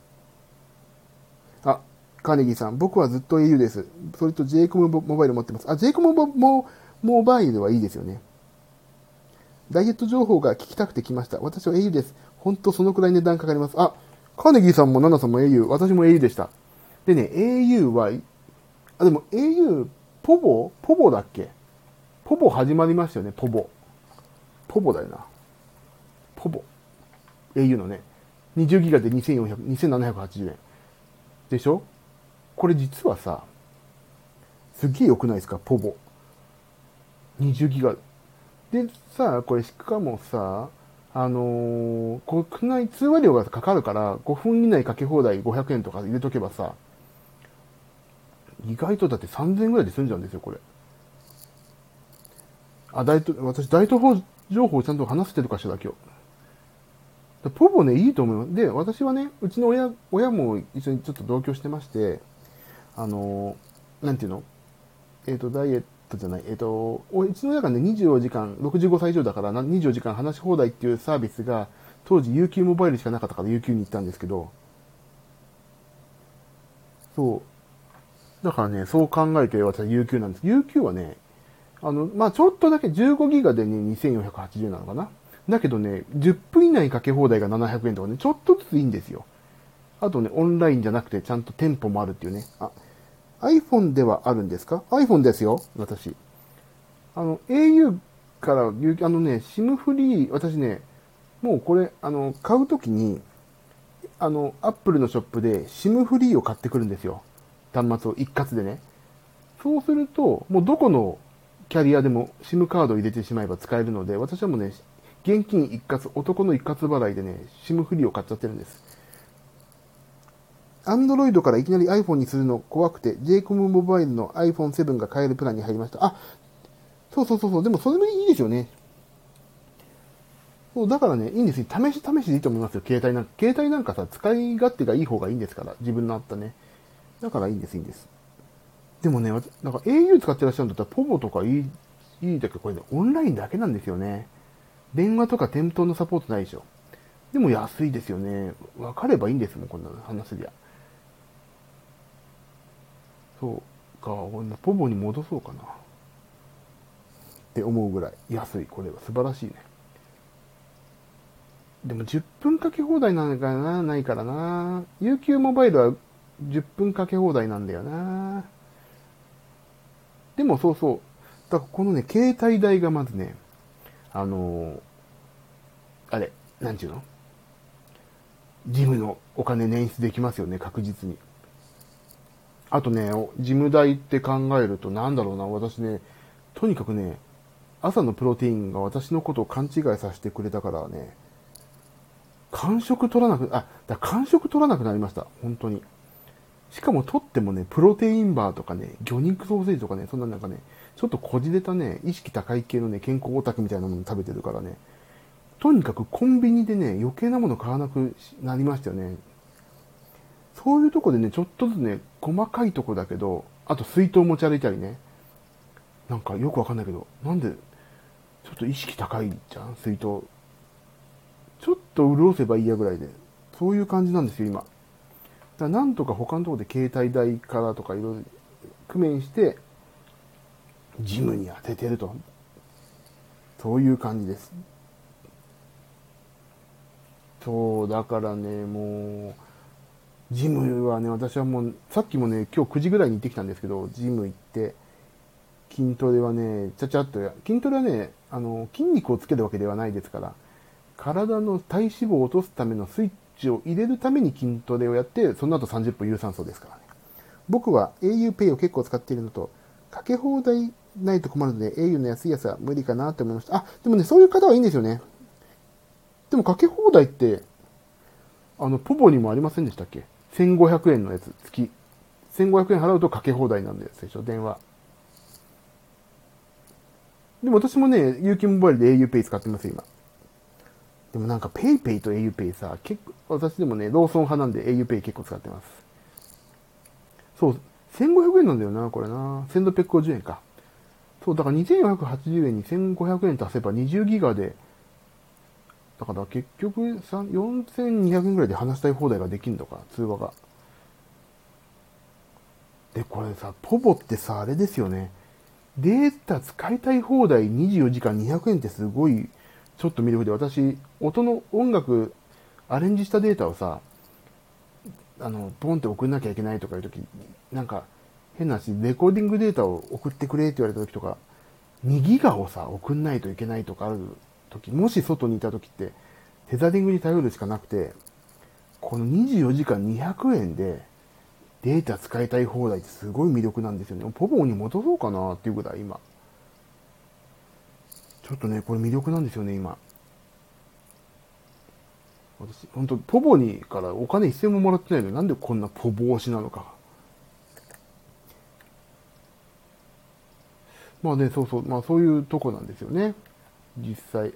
あ、カーネギーさん、僕はずっと au です。それと j コムモバイル持ってます。j コムモバイルはいいですよね。ダイエット情報が聞きたくて来ました。私は au です。本当そのくらい値段かかります。カーネギーさんもナナさんも au、私も au でした。でね、au は、でも au、ポボだっけ？ポボ始まりましたよね、ポボ。ポボだよな。ポボ。au のね。20ギガで2780円。でしょ？これ実はさ、すっげえ良くないですか、ポボ。20ギガ。でさ、これしかもさ、国内通話料がかかるから、5分以内かけ放題500円とか入れとけばさ、意外とだって3000円ぐらいで済んじゃうんですよ、これ。私、大東方情報をちゃんと話してるかしら、今日。ポボね、いいと思います。で、私はね、うちの親も一緒にちょっと同居してまして、なんていうの？ダイエットじゃない、うちの親がね、24時間、65歳以上だから24時間話し放題っていうサービスが、当時 UQ モバイルしかなかったから UQ に行ったんですけど、そう。だからね、そう考えて私は UQ なんです。UQ はね、ちょっとだけ15ギガでね、2480円なのかな。だけどね、10分以内かけ放題が700円とかね、ちょっとずついいんですよ。あとね、オンラインじゃなくてちゃんと店舗もあるっていうね。iPhone ではあるんですか？ iPhone ですよ、私。au から、SIM フリー、私ね、もうこれ、買うときに、Apple のショップで SIM フリーを買ってくるんですよ。端末を一括でね。そうすると、もうどこのキャリアでも SIM カードを入れてしまえば使えるので、私はもうね、現金一括、男の一括払いでね、SIM フリーを買っちゃってるんです。Android からいきなり iPhone にするの怖くて、j コムモバイルの iPhone7 が買えるプランに入りました。そう。でもそれもいいですよね。そう、だからね、いいんですよ。試しでいいと思いますよ、携帯なんかさ、使い勝手がいい方がいいんですから。自分のあったね。だからいいんです、いいんです。でもね、なんか au 使ってらっしゃるんだったら、ポボとかいいだけど、これね、オンラインだけなんですよね。電話とか店頭のサポートないでしょ。でも安いですよね。分かればいいんですもん、こんなの話すりゃ。 そうか、俺もポボに戻そうかなって思うぐらい安い。これは素晴らしいね。でも10分かけ放題なのかな、ないからな。UQ モバイルは10分かけ放題なんだよな。でもそうそう。だからこのね、携帯代がまずね、あのーあれ、なんちゅうの、ジムのお金捻出できますよね、確実に。あとね、ジム代って考えると、なんだろうな、私ね、とにかくね、朝のプロテインが私のことを勘違いさせてくれたからね、間食取らなく、間食取らなくなりました。本当に。しかも取ってもね、プロテインバーとかね、魚肉ソーセージとかね、そんななんかね、ちょっとこじれたね、意識高い系のね、健康オタクみたいなもの食べてるからね、とにかくコンビニでね、余計なもの買わなくなりましたよね。そういうとこでね、ちょっとずつね、細かいとこだけど、あと水筒持ち歩いたりね、なんかよくわかんないけど、なんで、ちょっと意識高いじゃん、水筒。ちょっと潤せばいいやぐらいで。そういう感じなんですよ、今。だからなんとか他のところで携帯代からとかいろいろ工面して、ジムに当ててると。そういう感じです。そう、だからね、もう、ジムはね、私はもう、さっきもね、今日9時ぐらいに行ってきたんですけど、ジム行って、筋トレはね、ちゃちゃっと筋トレはね、筋肉をつけるわけではないですから、体の体脂肪を落とすためのスイッチを入れるために筋トレをやって、その後30分有酸素ですからね。僕は auPay を結構使っているのと、かけ放題ないと困るので au の安いやつは無理かなって思いました。あ、でもね、そういう方はいいんですよね。でもかけ放題って、ポポにもありませんでしたっけ？ 1500 円のやつ、月。1500円払うとかけ放題なんですでしょ、電話。でも私もね、UQ モバイルで auPay 使ってますよ、今。でもなんか PayPay と auPay さ、結構、私でもね、ローソン派なんで auPay 結構使ってます。そう、1500円なんだよな、これな。1650円か。そう、だから2480円に1500円足せば20ギガで、だから結局4200円ぐらいで話したい放題ができるのか、通話が。で、これさ、ポボってさ、あれですよね。データ使いたい放題24時間200円ってすごい、ちょっと魅力で、私、音楽、アレンジしたデータをさ、ポンって送んなきゃいけないとかいうとき、なんか、変な話、レコーディングデータを送ってくれって言われたときとか、2ギガをさ、送んないといけないとかあるとき、もし外にいたときって、テザリングに頼るしかなくて、この24時間200円で、データ使いたい放題ってすごい魅力なんですよね。ポポに戻そうかなっていうぐらい今。ちょっとね、これ魅力なんですよね、今。私、本当ポボにからお金一銭ももらってないのになんでこんなポボ推しなのか。まあね、そうそう、まあそういうとこなんですよね。実際。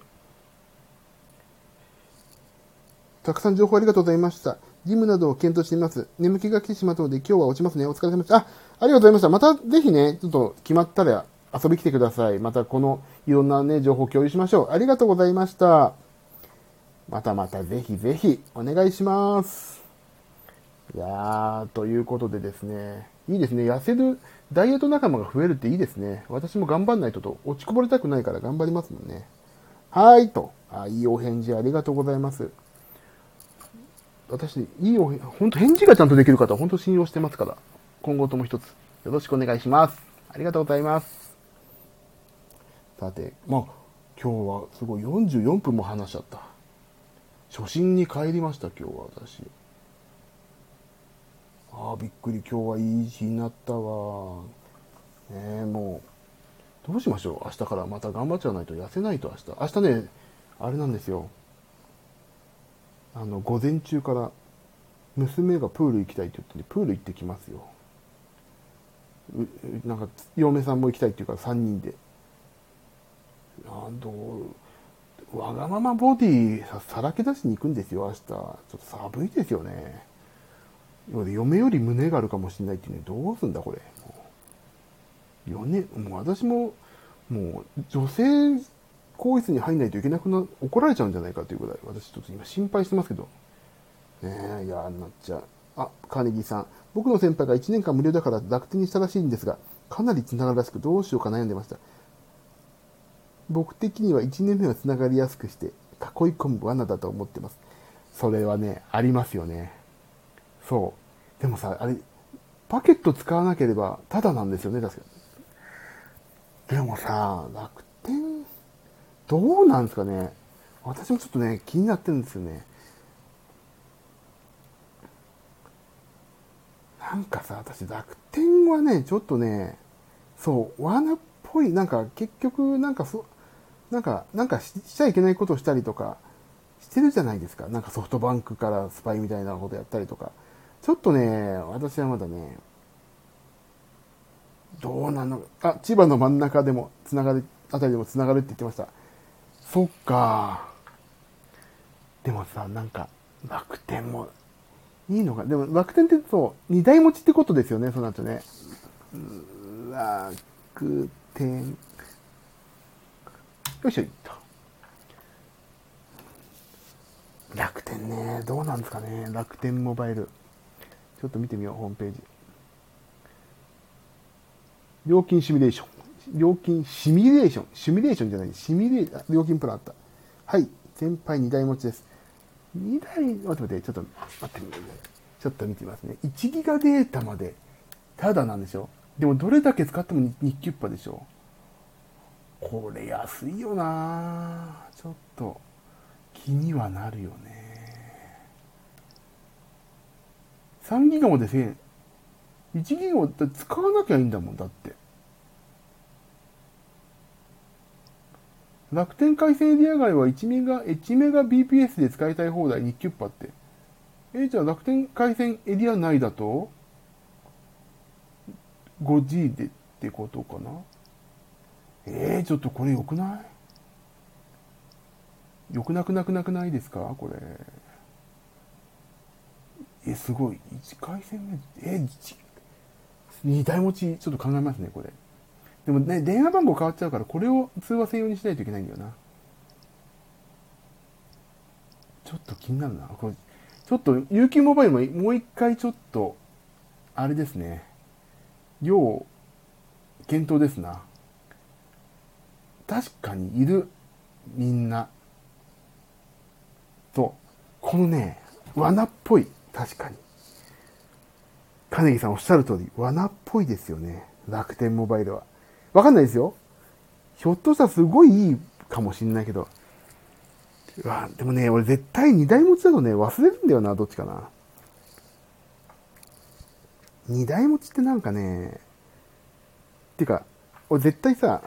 たくさん情報ありがとうございました。ジムなどを検討しています。眠気が来てしまったので今日は落ちますね。お疲れ様でした。ありがとうございました。またぜひね、ちょっと決まったら遊び来てください。またこのいろんなね、情報共有しましょう。ありがとうございました。またまたぜひぜひお願いします。いやー、ということでですね、いいですね。痩せる、ダイエット仲間が増えるっていいですね。私も頑張んないと落ちこぼれたくないから頑張りますもんね。はーいと。いいお返事ありがとうございます。私、いいお返事、本当返事がちゃんとできる方は本当信用してますから、今後とも一つよろしくお願いします。ありがとうございます。さて、まあ、今日はすごい44分も話しちゃった。初心に帰りました、今日は私。びっくり、今日はいい日になったわ。もう、どうしましょう。明日からまた頑張っちゃわないと痩せないと明日。明日ね、あれなんですよ。午前中から娘がプール行きたいって言って、プール行ってきますよ。なんか、嫁さんも行きたいっていうから3人で。わがままボディさらけ出しに行くんですよ、明日。ちょっと寒いですよね。嫁より胸があるかもしれないってね、どうすんだこれ。もう私も、もう女性更衣室に入んないといけなく怒られちゃうんじゃないかというぐらい、私ちょっと今心配してますけど。ねえ、嫌になっちゃう。カーネギーさん。 僕の先輩が1年間無料だから楽天にしたらしいんですが、かなり繋がるらしくどうしようか悩んでました。僕的には1年目は繋がりやすくして囲い込む罠だと思ってます。それはね、ありますよね。そう。でもさ、あれ、パケット使わなければタダなんですよね、確かに。でもさ、楽天、どうなんですかね。私もちょっとね、気になってるんですよね。なんかさ、私楽天はね、ちょっとね、そう、罠っぽい、なんか結局、なんかしちゃいけないことをしたりとかしてるじゃないですか。なんかソフトバンクからスパイみたいなことやったりとか。ちょっとね、私はまだね、どうなの、あ、千葉の真ん中でもつながる、あたりでもつながるって言ってました。そっか。でもさ、なんか、楽天もいいのか。でも楽天ってそう、二台持ちってことですよね、そうなるとね。楽天。よいしょ、いった。楽天ね、どうなんですかね。楽天モバイル。ちょっと見てみよう、ホームページ。料金シミュレーション。料金シミュレーション。シミュレーションじゃない。シミュレーション。料金プランあった。はい。先輩2台持ちです。2台、待って、ちょっと待ってみて。ちょっと見てみますね。1ギガデータまで、ただなんでしょ。でもどれだけ使っても2キュッパでしょ。これ安いよなちょっと気にはなるよね。3ギガまで1000円。1ギガまで使わなきゃいいんだもん、だって。楽天回線エリア外は1メガ BPS で使いたい放題2キュッパって。じゃあ楽天回線エリア内だと 5G でってことかな。ちょっとこれ良くない？良くなくないですかこれ。すごい。1回戦目、2台持ち、ちょっと考えますね、これ。でもね、電話番号変わっちゃうから、これを通話専用にしないといけないんだよな。ちょっと気になるな。これ、ちょっと、UQ モバイルももう一回ちょっと、あれですね。要検討ですな。確かにいる、みんな。と、このね、罠っぽい。確かに。金木さんおっしゃる通り、罠っぽいですよね。楽天モバイルは。わかんないですよ。ひょっとしたらすごいいいかもしんないけど。でもね、俺絶対2台持ちだとね、忘れるんだよな、どっちかな。2台持ちってなんかね、っていうか、俺絶対さ、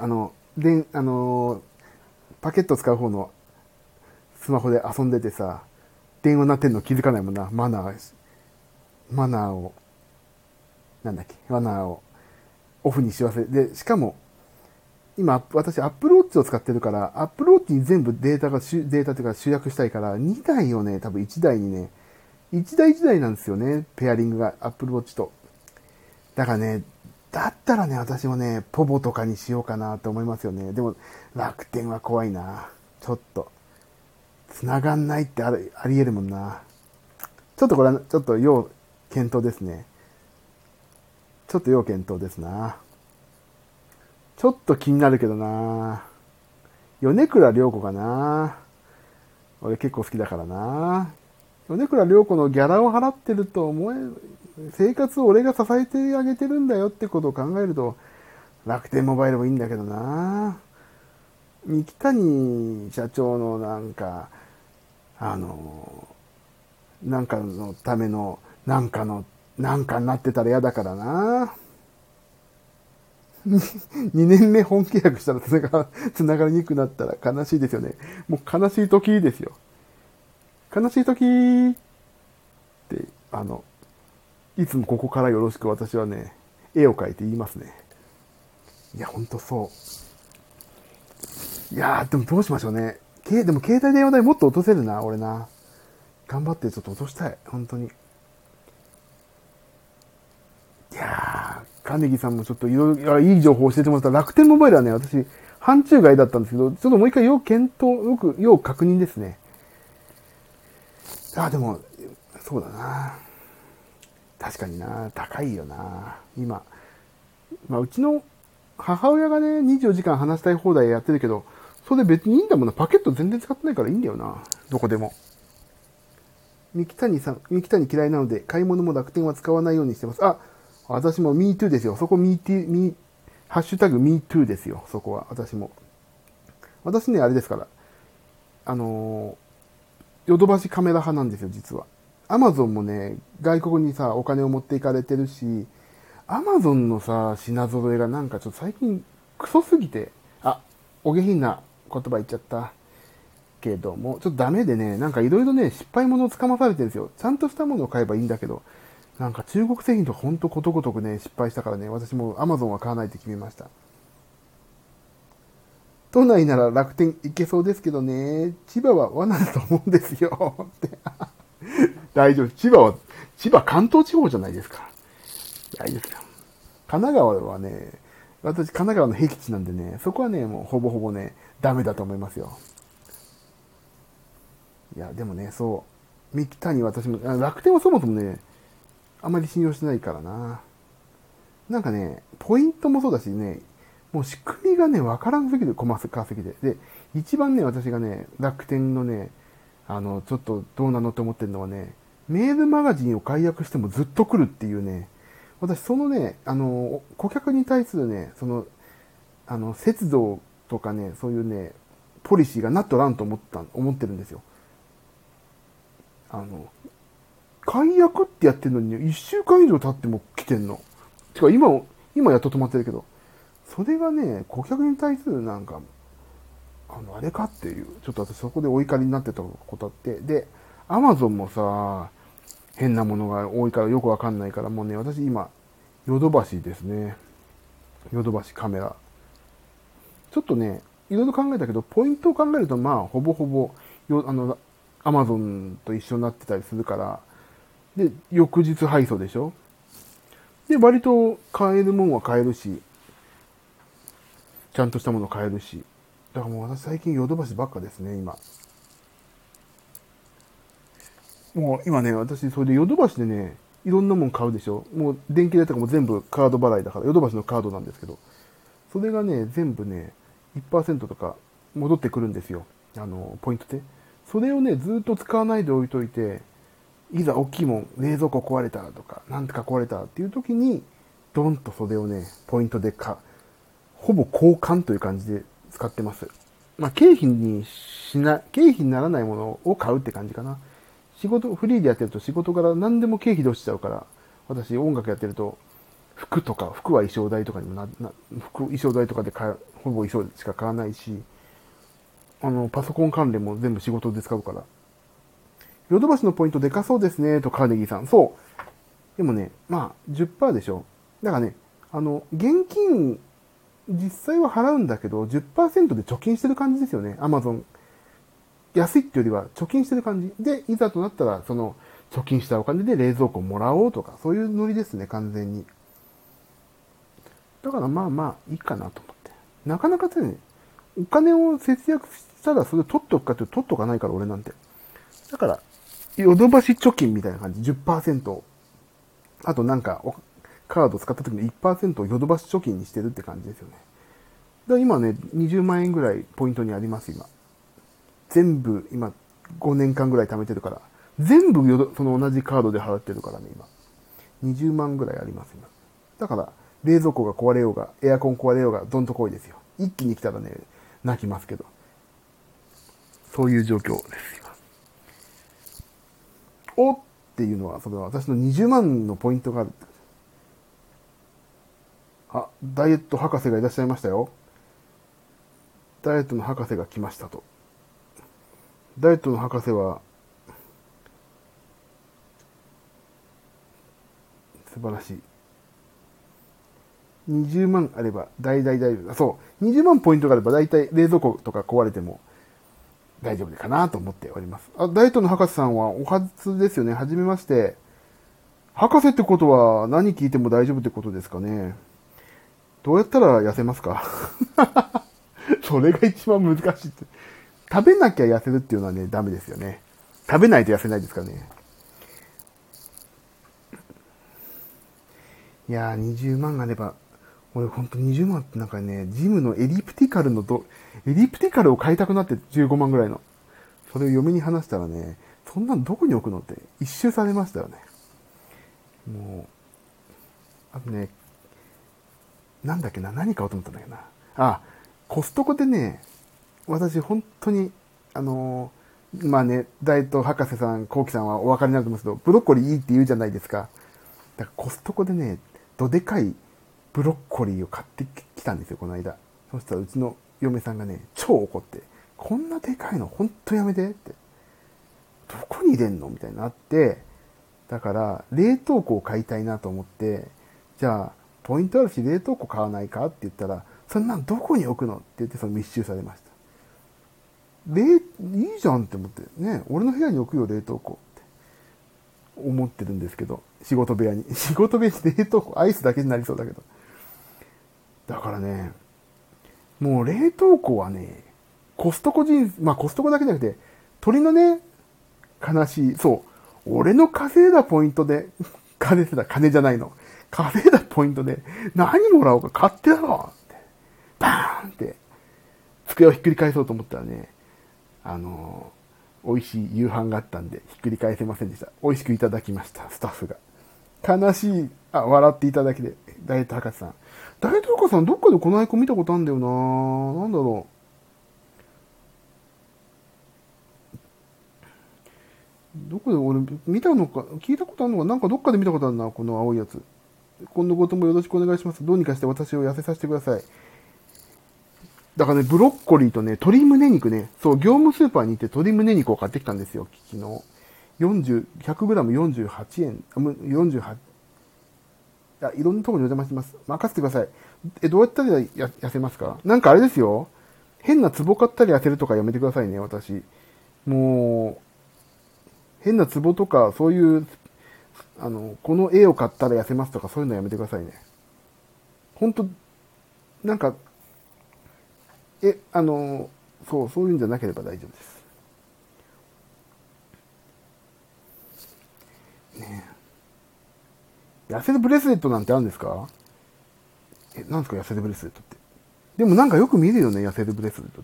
パケット使う方のスマホで遊んでてさ、電話鳴ってんの気づかないもんな。マナーを、マナーをオフにし忘れ。で、しかも、今、私、アップルウォッチを使ってるから、アップルウォッチに全部データというか集約したいから、2台をね、多分1台にね、1台1台なんですよね、ペアリングが、アップルウォッチと。だからね、だったらね、私もね、ポボとかにしようかなと思いますよね。でも、楽天は怖いな。ちょっと。繋がんないってあり得るもんな。ちょっとこれは、ちょっと要検討ですね。ちょっと要検討ですな。ちょっと気になるけどな。米倉涼子かな。俺結構好きだからな。米倉涼子のギャラを払ってると思え、生活を俺が支えてあげてるんだよってことを考えると、楽天モバイルもいいんだけどな。三木谷社長のあの、なんかのための、なんかになってたら嫌だからな。2年目本契約したらつながりにくくなったら悲しいですよね。もう悲しい時ですよ。悲しい時って、いつもここからよろしく私はね、絵を描いて言いますね。いや、ほんとそう。いやでもどうしましょうね。でも携帯電話代もっと落とせるな、俺な。頑張ってちょっと落としたい。本当に。いや金木さんもちょっといろいろ、いい情報を教えてもらった。楽天モバイルはね、私、範疇外だったんですけど、ちょっともう一回要確認ですね。でも、そうだな。 確かにな、高いよな。今、うちの母親がね、24時間話したい放題やってるけど、それ別にいいんだもんな。パケット全然使ってないからいいんだよな。どこでも。三木谷嫌いなので、買い物も楽天は使わないようにしてます。あ、私も MeToo ですよ。そこ ハッシュタグ MeToo ですよ。そこは。私も。私ね、あれですから。ヨドバシカメラ派なんですよ、実は。アマゾンもね、外国にさ、お金を持っていかれてるし、アマゾンのさ、品揃えがなんかちょっと最近クソすぎて、お下品な言葉言っちゃった。けども、ちょっとダメでね、なんかいろいろね、失敗物をつかまされてるんですよ。ちゃんとしたものを買えばいいんだけど、なんか中国製品とかほんとことごとくね、失敗したからね、私も Amazon は買わないと決めました。都内なら楽天行けそうですけどね、千葉は罠だと思うんですよ。って大丈夫。千葉関東地方じゃないですか。大丈夫ですよ。神奈川はね、私神奈川の僻地なんでね、そこはね、もうほぼほぼね、ダメだと思いますよ。いや、でもね、そう。三木谷私も、楽天はそもそもね、あまり信用してないからな。なんかね、ポイントもそうだしね、もう仕組みがね、わからんすぎる、細かすぎて。で、一番ね、私がね、楽天のね、ちょっとどうなのって思ってるのはね、メールマガジンを解約してもずっと来るっていうね、私そのね、顧客に対するね、節度とかね、そういうね、ポリシーがなっとらんと思ってるんですよ。解約ってやってるのにね、1週間以上経っても来てんの。てか今やっと止まってるけど、それがね、顧客に対するなんか、あれかっていう、ちょっと私そこでお怒りになってたことあって、で、アマゾンもさ、変なものが多いからよくわかんないから、もうね、私今、ヨドバシですね。ヨドバシカメラ。ちょっとね、いろいろ考えたけど、ポイントを考えると、まあ、ほぼほぼ、アマゾンと一緒になってたりするから、で、翌日配送でしょ。で、割と買えるもんは買えるし、ちゃんとしたもの買えるし。だからもう私最近ヨドバシばっかですね、今。もう今ね、私それでヨドバシでね、いろんなもん買うでしょ。もう電気代とかも全部カード払いだから、ヨドバシのカードなんですけど、それがね、全部ね、1%とか戻ってくるんですよ。ポイントで。それをね、ずっと使わないで置いといて、いざ大きいもん、冷蔵庫壊れたとか、なんとか壊れたっていう時に、ドンとそれをね、ポイントでほぼ交換という感じで使ってます。まあ、経費にならないものを買うって感じかな。フリーでやってると仕事から何でも経費で落ちちゃうから、私音楽やってると、服は衣装代とかにも衣装代とかでほぼ衣装しか買わないし、パソコン関連も全部仕事で使うから。ヨドバシのポイントでかそうですね、とカーネギーさん。そう。でもね、まあ、10%でしょ。だからね、現金、実際は払うんだけど、10%で貯金してる感じですよね。アマゾン。安いっていうよりは貯金してる感じ。で、いざとなったら、貯金したお金で冷蔵庫をもらおうとか、そういうノリですね、完全に。だからまあまあ、いいかなと思って。なかなかね、お金を節約したらそれ取っとくかって取っとかないから、俺なんて。だから、ヨドバシ貯金みたいな感じ、10%。あとなんか、カード使った時の1%をヨドバシ貯金にしてるって感じですよね。だから今ね、20万円ぐらいポイントにあります、今。全部、今、5年間ぐらい貯めてるから。全部その同じカードで払ってるからね、今。20万ぐらいあります、今。だから、冷蔵庫が壊れようが、エアコン壊れようが、どんとこいですよ。一気に来たらね、泣きますけど。そういう状況です、今。おっていうのは、それは私の20万のポイントがある。ダイエット博士がいらっしゃいましたよ。ダイエットの博士が来ましたと。ダイエットの博士は、素晴らしい。20万あれば、大丈夫。そう。20万ポイントがあれば、大体冷蔵庫とか壊れても大丈夫かなと思っております。ダイエットの博士さんはお初ですよね。はじめまして。博士ってことは何聞いても大丈夫ってことですかね。どうやったら痩せますかそれが一番難しいって。食べなきゃ痩せるっていうのはね、ダメですよね。食べないと痩せないですからね。 いやー、20万あれば、俺ほんと20万ってなんかね、ジムのエリプティカルを買いたくなって15万ぐらいの。それを嫁に話したらね、そんなのどこに置くのって一周されましたよね。もう、あとね、なんだっけな、何買おうと思ったんだっけな。あ、コストコでね、私本当に、まあね、ダイエット博士さん、コウキさんはお分かりになると思うんですけど、ブロッコリーいいって言うじゃないですか。だからコストコでね、どでかいブロッコリーを買ってきたんですよ、この間。そしたらうちの嫁さんがね、超怒って、こんなでかいのほんとやめてって。どこに入れんのみたいになって、だから冷凍庫を買いたいなと思って、じゃあ、ポイントあるし冷凍庫買わないかって言ったら、そんなんどこに置くのって言ってその密集されました。いいじゃんって思って、ね、俺の部屋に置くよ冷凍庫って思ってるんですけど、仕事部屋に。仕事部屋に冷凍庫、アイスだけになりそうだけど。だからね、もう冷凍庫はね、まあコストコだけじゃなくて、鳥のね、悲しい、そう、俺の稼いだポイントで、金じゃないの。稼いだポイントで、何もらおうか買ってだろって、バーンって、机をひっくり返そうと思ったらね、美味しい夕飯があったんで、ひっくり返せませんでした。美味しくいただきました、スタッフが。悲しい、笑っていただきで、ダイエット博士さん。ダイエット博士さん、どっかでこのアイコン見たことあるんだよなぁ。なんだろう。どこで俺、見たのか、聞いたことあるのか、なんかどっかで見たことあるな、この青いやつ。今度ごともよろしくお願いします。どうにかして私を痩せさせてください。だからね、ブロッコリーとね、鶏胸肉ね、そう、業務スーパーに行って鶏胸肉を買ってきたんですよ、昨日。100g48 円、48、いろんなところにお邪魔してます。任せてください。どうやったら痩せますか？なんかあれですよ。変な壺買ったり痩せるとかやめてくださいね、私。もう、変な壺とか、そういう、この絵を買ったら痩せますとか、そういうのやめてくださいね。ほんと、なんか、そういうんじゃなければ大丈夫です。ねえ。痩せるブレスレットなんてあるんですか？なんですか、痩せるブレスレットって。でもなんかよく見るよね、痩せるブレスレットって。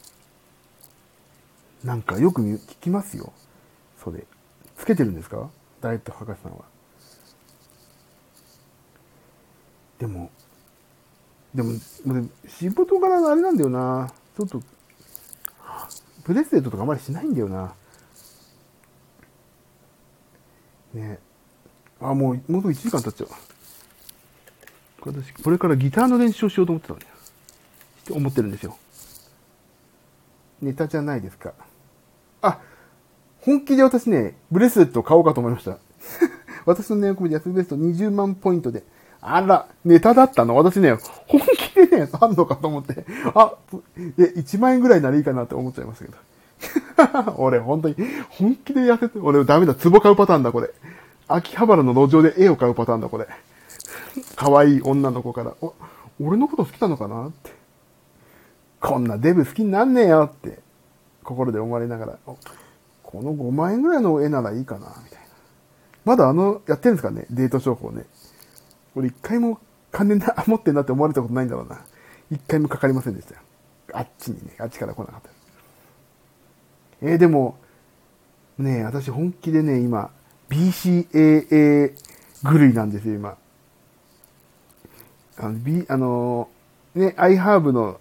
なんかよく聞きますよ。それ。つけてるんですか？ダイエット博士さんは。でも、でも、仕事柄のあれなんだよな。ちょっと、ブレスレットとかあまりしないんだよな。ね。もうすぐ1時間経っちゃう。私、これからギターの練習をしようと思ってたんだよ。って思ってるんですよ。ネタじゃないですか。あ、本気で私ね、ブレスレットを買おうかと思いました。私の値込みで安いブレスレット20万ポイントで。あら、ネタだったの？私ね、本気でね、あんのかと思って。1万円ぐらいならいいかなって思っちゃいましたけど。俺、本当に、本気で痩せて、俺ダメだ、壺買うパターンだ、これ。秋葉原の路上で絵を買うパターンだ、これ。可愛い女の子から、俺のこと好きなのかなって。こんなデブ好きになんねえよって、心で思われながら、この5万円ぐらいの絵ならいいかな、みたいな。まだやってるんですかね、デート商法ね。俺一回も金持ってんなって思われたことないんだろうな。一回もかかりませんでしたよ。あっちにね、あっちから来なかった。でも、ね私本気でね、今、BCAA 狂いなんですよ、今。iHerb の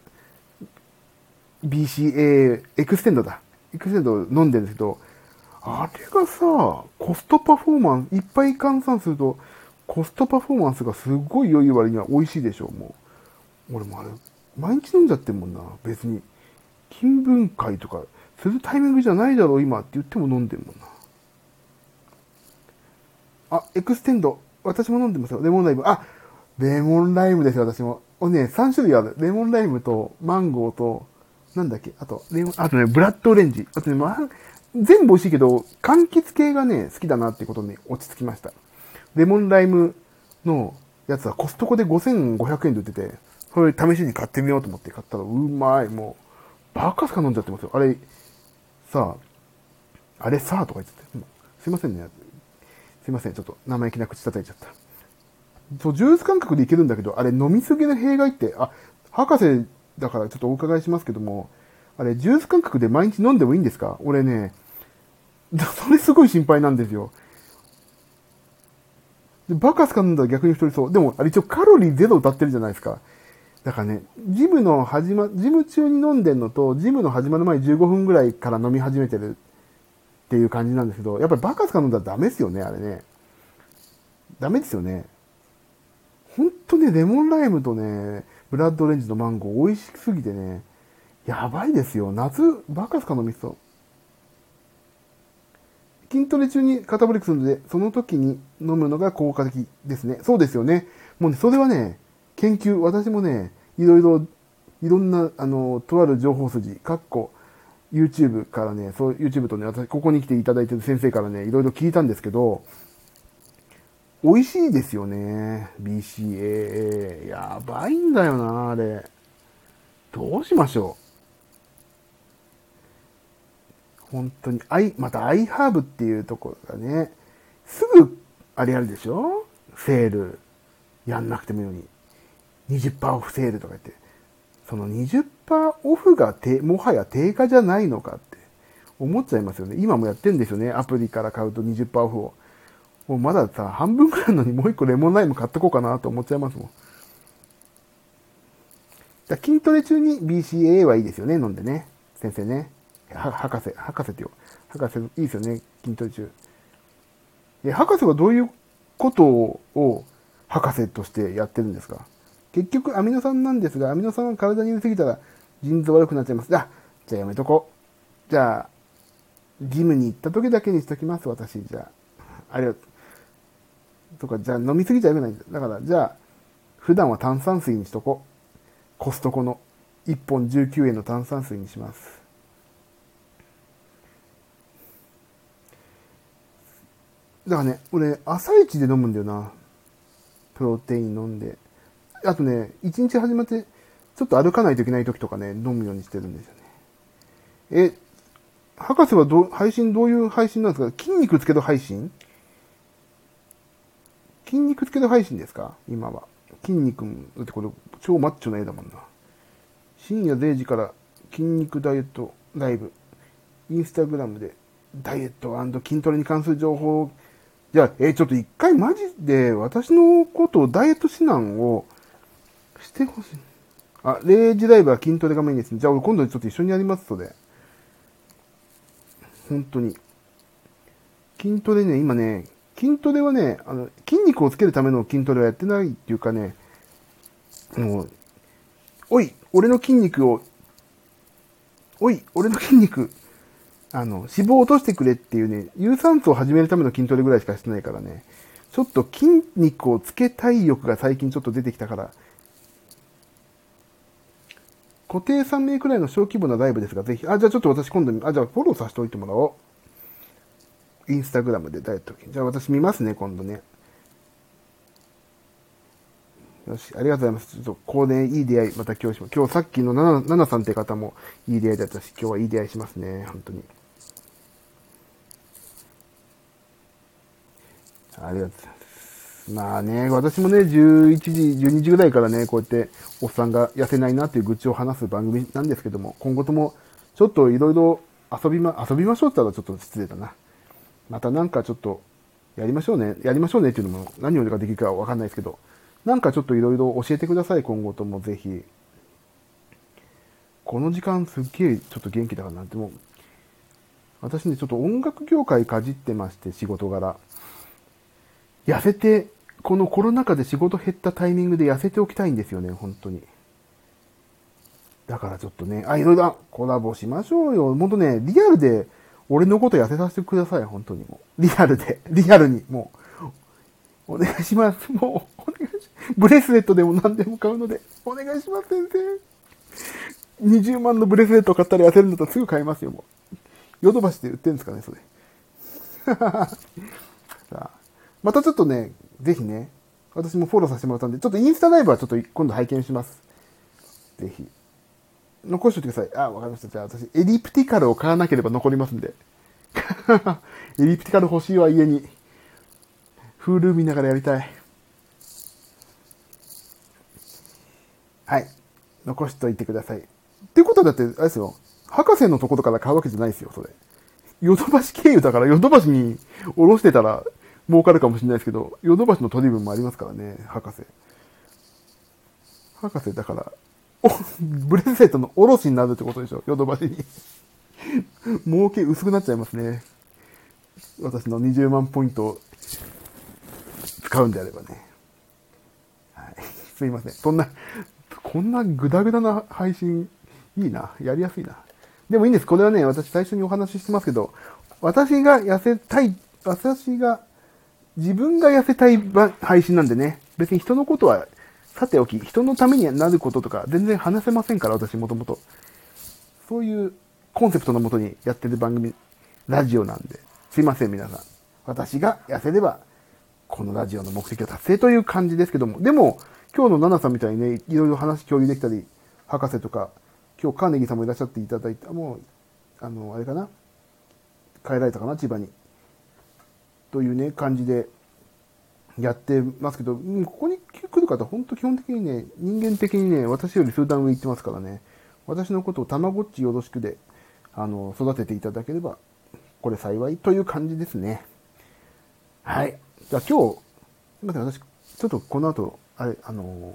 BCAA エクステンドだ。エクステンドを飲んでるんですけど、あれがさ、コストパフォーマンス、いっぱい換算すると、コストパフォーマンスがすごい良い割には美味しいでしょ、もう。俺もあれ、毎日飲んじゃってんもんな、別に。金分解とか、するタイミングじゃないだろ、今って言っても飲んでんもんな。エクステンド。私も飲んでますよ。レモンライム。レモンライムですよ、私も。3種類ある。レモンライムと、マンゴーと、なんだっけ、あとね、ブラッドオレンジ。あとね、全部美味しいけど、柑橘系がね、好きだなってことに落ち着きました。レモンライムのやつはコストコで5500円で売ってて、それ試しに買ってみようと思って買ったら、うまい、もう、バカすか飲んじゃってますよ。あれさとか言ってて、すいませんね。すいません、ちょっと生意気な口叩いちゃった。 そう、ジュース感覚でいけるんだけど、あれ飲みすぎの弊害って、博士だからちょっとお伺いしますけども、あれジュース感覚で毎日飲んでもいいんですか？俺ね、それすごい心配なんですよ。でバカスカ飲んだら逆に太りそう。でも、あれ一応カロリーゼロ歌ってるじゃないですか。だからね、ジム中に飲んでんのと、ジムの始まる前15分ぐらいから飲み始めてるっていう感じなんですけど、やっぱりバカスカ飲んだらダメですよね、あれね。ダメですよね。ほんとね、レモンライムとね、ブラッドオレンジのマンゴー美味しすぎてね、やばいですよ。夏、バカスカ飲みそう。筋トレ中に肩ブレイクするので、その時に飲むのが効果的ですね。そうですよね。もうね、それはね、研究、私もね、いろんな、とある情報筋、YouTube からね、そう、YouTube とね、私、ここに来ていただいてる先生からね、いろいろ聞いたんですけど、美味しいですよね。BCAA。やばいんだよな、あれ。どうしましょう。本当に。また iHerb っていうところがね、すぐ、あれやるでしょ？セール。やんなくてもいいのに。20% オフセールとか言って。その 20% オフがもはや定価じゃないのかって思っちゃいますよね。今もやってんですよね。アプリから買うと 20% オフを。もうまださ、半分くらいのにもう一個レモンライム買っとこうかなと思っちゃいますもん。筋トレ中に BCAA はいいですよね、飲んでね。先生ね。博士ってよ。博士いいですよね、筋トレ中。博士はどういうことを博士としてやってるんですか？結局アミノ酸なんですが、アミノ酸を体に入れすぎたら腎臓悪くなっちゃいます。じゃあやめとこう。じゃあ、ジムに行った時だけにしときます、私。じゃあ。ありがとう。とか、じゃあ飲みすぎちゃいけないんだ。だから、じゃあ、普段は炭酸水にしとこう。コストコの1本19円の炭酸水にします。だからね、俺、朝一で飲むんだよな。プロテイン飲んで。あとね、一日始まって、ちょっと歩かないといけない時とかね、飲むようにしてるんですよね。博士はどういう配信なんですか？筋肉つける配信？筋肉つける配信ですか？今は。筋肉、だってこれ、超マッチョな絵だもんな。深夜0時から筋肉ダイエットライブ。インスタグラムでダイエット&筋トレに関する情報。じゃあ、ちょっと一回マジで私のことをダイエット指南をしてほしい。0時ライブは筋トレがメインですね。じゃあ俺今度ちょっと一緒にやります、それ。本当に。筋トレね、今ね、筋トレはね、筋肉をつけるための筋トレはやってないっていうかね、もう、俺の筋肉、脂肪を落としてくれっていうね、有酸素を始めるための筋トレぐらいしかしてないからね、ちょっと筋肉をつけたい欲が最近ちょっと出てきたから、固定3名くらいの小規模なライブですが、ぜひ、じゃあちょっと私今度、じゃあフォローさせておいてもらおう。インスタグラムでダイエット。じゃあ私見ますね、今度ね。よし、ありがとうございます。ちょっと、こうね、いい出会い、また今日します。今日さっきのナナさんって方もいい出会いだったし、今日はいい出会いしますね、本当に。ありがとうございます。まあね、私もね、11時、12時ぐらいからね、こうやって、おっさんが痩せないなっていう愚痴を話す番組なんですけども、今後とも、ちょっといろいろ遊びましょうって言ったらちょっと失礼だな。またなんかちょっと、やりましょうねっていうのも何をができるかわかんないですけど、なんかちょっといろいろ教えてください、今後ともぜひ。この時間すっげえちょっと元気だからなんてもう、私ね、ちょっと音楽業界かじってまして、仕事柄。痩せて、このコロナ禍で仕事減ったタイミングで痩せておきたいんですよね、本当に。だからちょっとね、いろいろコラボしましょうよ。本当ね、リアルで、俺のこと痩せさせてください、本当にもう。リアルに、もう。お願いします。もう、お願いします。ブレスレットでも何でも買うので、お願いします、先生。20万のブレスレット買ったら痩せるんだったらすぐ買いますよ、もう。ヨドバシで売ってるんですかね、それ。さあまたちょっとね、ぜひね、私もフォローさせてもらったんで、ちょっとインスタライブはちょっと今度拝見します。ぜひ。残しておいてください。わかりました。じゃあ私、エリプティカルを買わなければ残りますんで。エリプティカル欲しいわ、家に。Hulu 見ながらやりたい。 はい。残しといてください。っていうことはだって、あれですよ。博士のところから買うわけじゃないですよ、それ。ヨドバシ経由だから、ヨドバシに下ろしてたら儲かるかもしれないですけど、ヨドバシの取り分もありますからね、博士。博士だから、ブレスレットのおろしになるってことでしょ、ヨドバシに。儲け薄くなっちゃいますね。私の20万ポイントを使うんであればね。はい。すいません。こんなグダグダな配信、いいな。やりやすいな。でもいいんです。これはね、私最初にお話ししてますけど、私が痩せたい、自分が痩せたい配信なんでね、別に人のことはさておき、人のためになることとか全然話せませんから、私もともと。そういうコンセプトのもとにやってる番組、ラジオなんで。すいません、皆さん。私が痩せれば、このラジオの目的を達成という感じですけども。でも、今日のナナさんみたいにね、いろいろ話共有できたり、博士とか、今日カーネギーさんもいらっしゃっていただいた、もう、あれかな帰られたかな千葉に。というね、感じでやってますけど、ここに来る方、本当基本的にね、人間的にね、私より数段上行ってますからね。私のことをたまごっちよろしくで、育てていただければ、これ幸いという感じですね。はい。じゃあ今日、すみません、私、ちょっとこの後、あれ、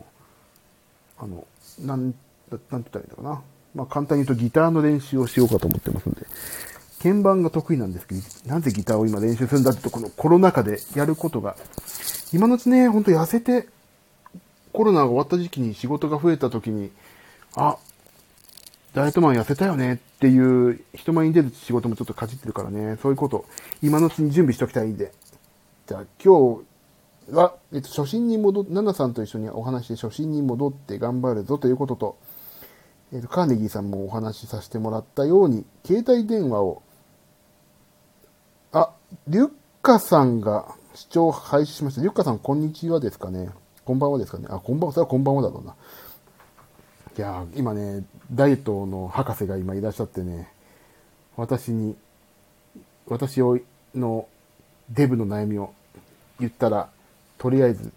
なんて言ったらいいのかな。まあ簡単に言うとギターの練習をしようかと思ってますので、鍵盤が得意なんですけど、なぜギターを今練習するんだってとこのコロナ禍でやることが、今のうちね、ほんと痩せて、コロナが終わった時期に仕事が増えた時に、あ、ダイエットマン痩せたよねっていう人前に出る仕事もちょっとかじってるからね、そういうこと、今のうちに準備しておきたいんで。じゃあ今日は、初心にナナさんと一緒にお話しで初心に戻って頑張るぞということと、カーネギーさんもお話しさせてもらったように、携帯電話を、リュッカさんが視聴開始しました。リュッカさん、こんにちはですかね。こんばんはですかね。こんばんは、それはこんばんはだろうな。いやー、今ね、ダイエットの博士が今いらっしゃってね、私のデブの悩みを言ったら、とりあえず、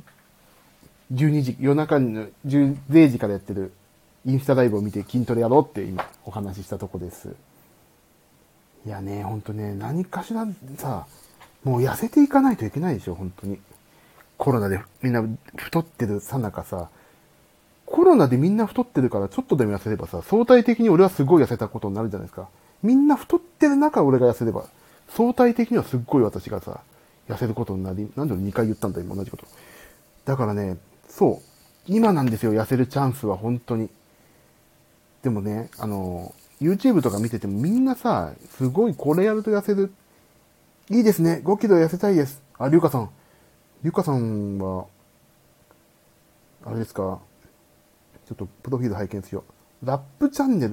夜中の0時からやってるインスタライブを見て筋トレやろうって今お話ししたとこです。いやね、ほんとね、何かしらさ、もう痩せていかないといけないでしょ、本当に。コロナでみんな太ってるさなかさ、コロナでみんな太ってるからちょっとでも痩せればさ、相対的に俺はすごい痩せたことになるじゃないですか。みんな太ってる中俺が痩せれば、相対的にはすっごい私がさ、痩せることになり、なんで俺2回言ったんだ今同じこと。だからね、そう、今なんですよ、痩せるチャンスは本当に。でもね、YouTube とか見ててもみんなさ、すごいこれやると痩せる。いいですね、5キロ痩せたいです。リュウカさん。リュウカさんは、あれですか、ちょっとプロフィール拝見しよう。ラップチャンネル、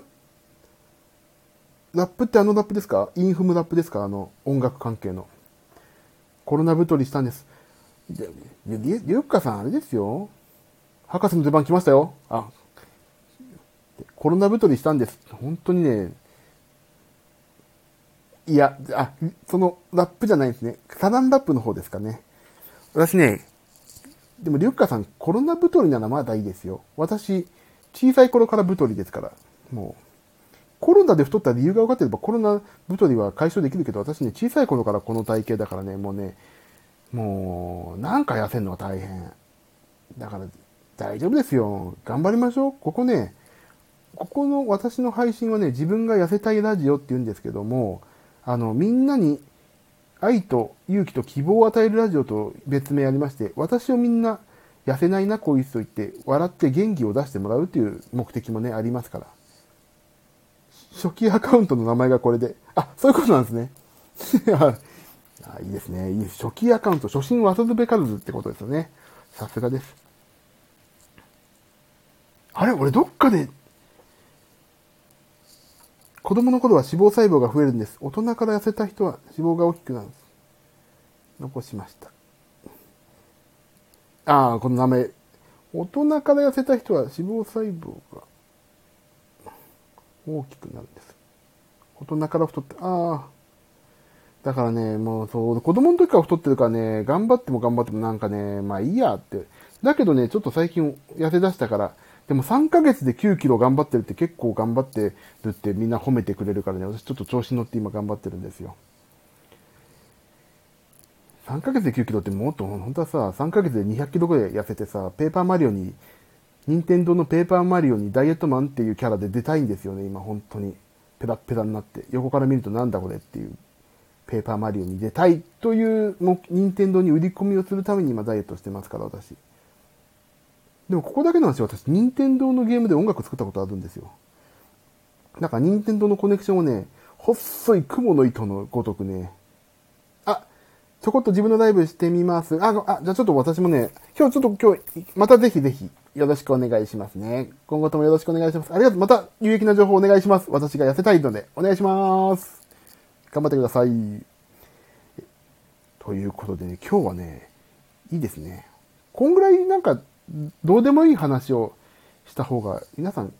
ラップってラップですか？インフムラップですか？音楽関係の。コロナ太りしたんです。リュウカさん、あれですよ。博士の出番来ましたよ。コロナ太りしたんです。本当にね、いや、そのラップじゃないですね。サランラップの方ですかね。私ね、でもリュッカさん、コロナ太りならまだいいですよ。私、小さい頃から太りですから。もう、コロナで太った理由が分かってればコロナ太りは解消できるけど、私ね、小さい頃からこの体型だからね、もう、なんか痩せるのは大変。だから、大丈夫ですよ。頑張りましょう。ここの私の配信はね、自分が痩せたいラジオって言うんですけども、みんなに愛と勇気と希望を与えるラジオと別名ありまして、私をみんな痩せないなこいつと言って笑って元気を出してもらうという目的もね、ありますから。初期アカウントの名前がこれで。そういうことなんですね。いいですね。初期アカウント、初心忘るべからずってことですよね。さすがです。俺どっかで、子供の頃は脂肪細胞が増えるんです。大人から痩せた人は脂肪が大きくなるんです。残しました。この名前。大人から痩せた人は脂肪細胞が大きくなるんです。大人から太って、 だからね、もうそう、子供の時から太ってるからね、頑張っても頑張ってもなんかね、まあいいやって。だけどね、ちょっと最近痩せ出したから、でも3ヶ月で9キロ頑張ってるって結構頑張ってるってみんな褒めてくれるからね、私ちょっと調子に乗って今頑張ってるんですよ。3ヶ月で9キロってもっと、本当はさ、3ヶ月で200キロぐらい痩せてさ、ペーパーマリオに、任天堂のペーパーマリオにダイエットマンっていうキャラで出たいんですよね、今本当に。ペラッペラになって。横から見るとなんだこれっていう。ペーパーマリオに出たいという、任天堂に売り込みをするために今ダイエットしてますから、私。でもここだけなんですよ、私。任天堂のゲームで音楽作ったことあるんですよ。だから任天堂のコネクションをね、細い雲の糸のごとくね、あ、ちょこっと自分のライブしてみます。じゃあちょっと私もね、今日、またぜひぜひ、よろしくお願いしますね。今後ともよろしくお願いします。ありがとう。また有益な情報お願いします。私が痩せたいので、お願いします。頑張ってください。ということでね、今日はね、いいですね。こんぐらいなんか、どうでもいい話をした方が、皆さん、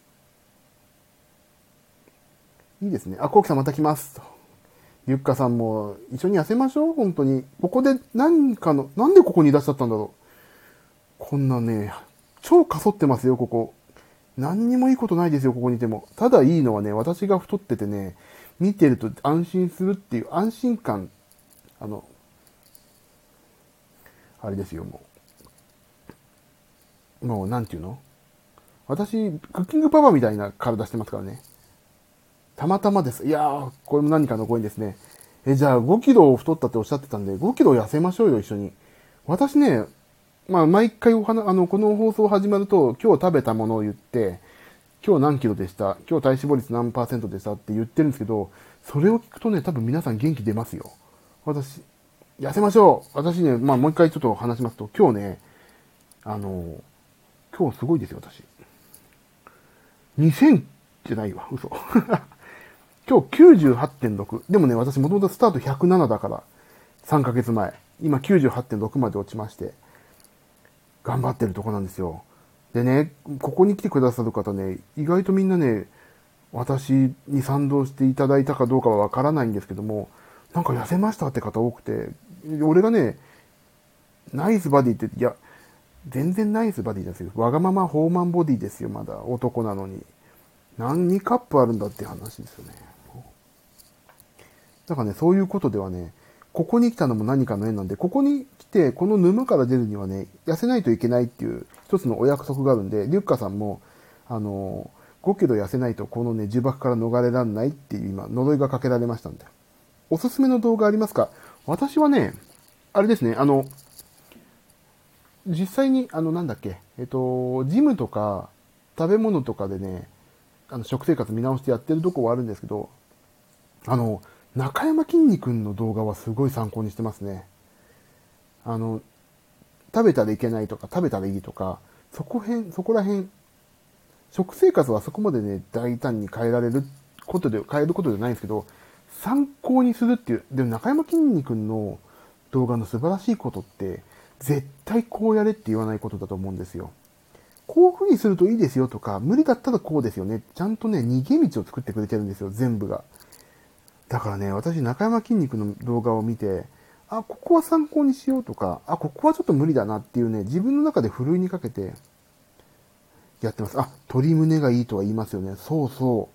いいですね。コウキさんまた来ます。ゆっかさんも一緒に痩せましょう、本当に。ここでなんでここにいらっしゃったんだろう。こんなね、超かそってますよ、ここ。何にもいいことないですよ、ここにいても。ただいいのはね、私が太っててね、見てると安心するっていう安心感、あの、あれですよ、もうなんていうの、私、クッキングパパみたいな体してますからね。たまたまです。いやー、これも何かのご縁ですね。じゃあ5キロ太ったっておっしゃってたんで、5キロ痩せましょうよ、一緒に。私ね、まあ、毎回この放送始まると、今日食べたものを言って、今日何キロでした、今日体脂肪率何パーセントでしたって言ってるんですけど、それを聞くとね、多分皆さん元気出ますよ。私、痩せましょう。私ね、まあもう一回ちょっと話しますと、今日ね、あの、今日すごいですよ、私。2000じゃないわ、嘘。今日98.6。でもね、私もともとスタート107だから、3ヶ月前。今98.6まで落ちまして、頑張ってるとこなんですよ。でね、ここに来てくださる方ね、意外とみんなね、私に賛同していただいたかどうかはわからないんですけども、なんか痩せましたって方多くて、俺がね、ナイスバディって、いや、全然ナイスバディですよ。わがままホーマンボディですよ、まだ。男なのに。何カップあるんだって話ですよね。だからね、そういうことではね、ここに来たのも何かの縁なんで、ここに来て、この沼から出るにはね、痩せないといけないっていう一つのお約束があるんで、リュッカさんも、5キロ痩せないとこのね、呪縛から逃れられないっていう今、呪いがかけられましたんで。おすすめの動画ありますか？私はね、あれですね、実際に、なんだっけ、ジムとか、食べ物とかでね、食生活見直してやってるとこはあるんですけど、あの、中山きんに君の動画はすごい参考にしてますね。あの、食べたらいけないとか、食べたらいいとか、そこら辺、食生活はそこまでね、大胆に変えることではないんですけど、参考にするっていう、でも中山きんに君の動画の素晴らしいことって、絶対こうやれって言わないことだと思うんですよ。こういう風にするといいですよとか、無理だったらこうですよね。ちゃんとね、逃げ道を作ってくれてるんですよ、全部が。だからね、私、中山きんに君の動画を見て、ここは参考にしようとか、ここはちょっと無理だなっていうね、自分の中でふるいにかけてやってます。鶏胸がいいとは言いますよね。そうそう。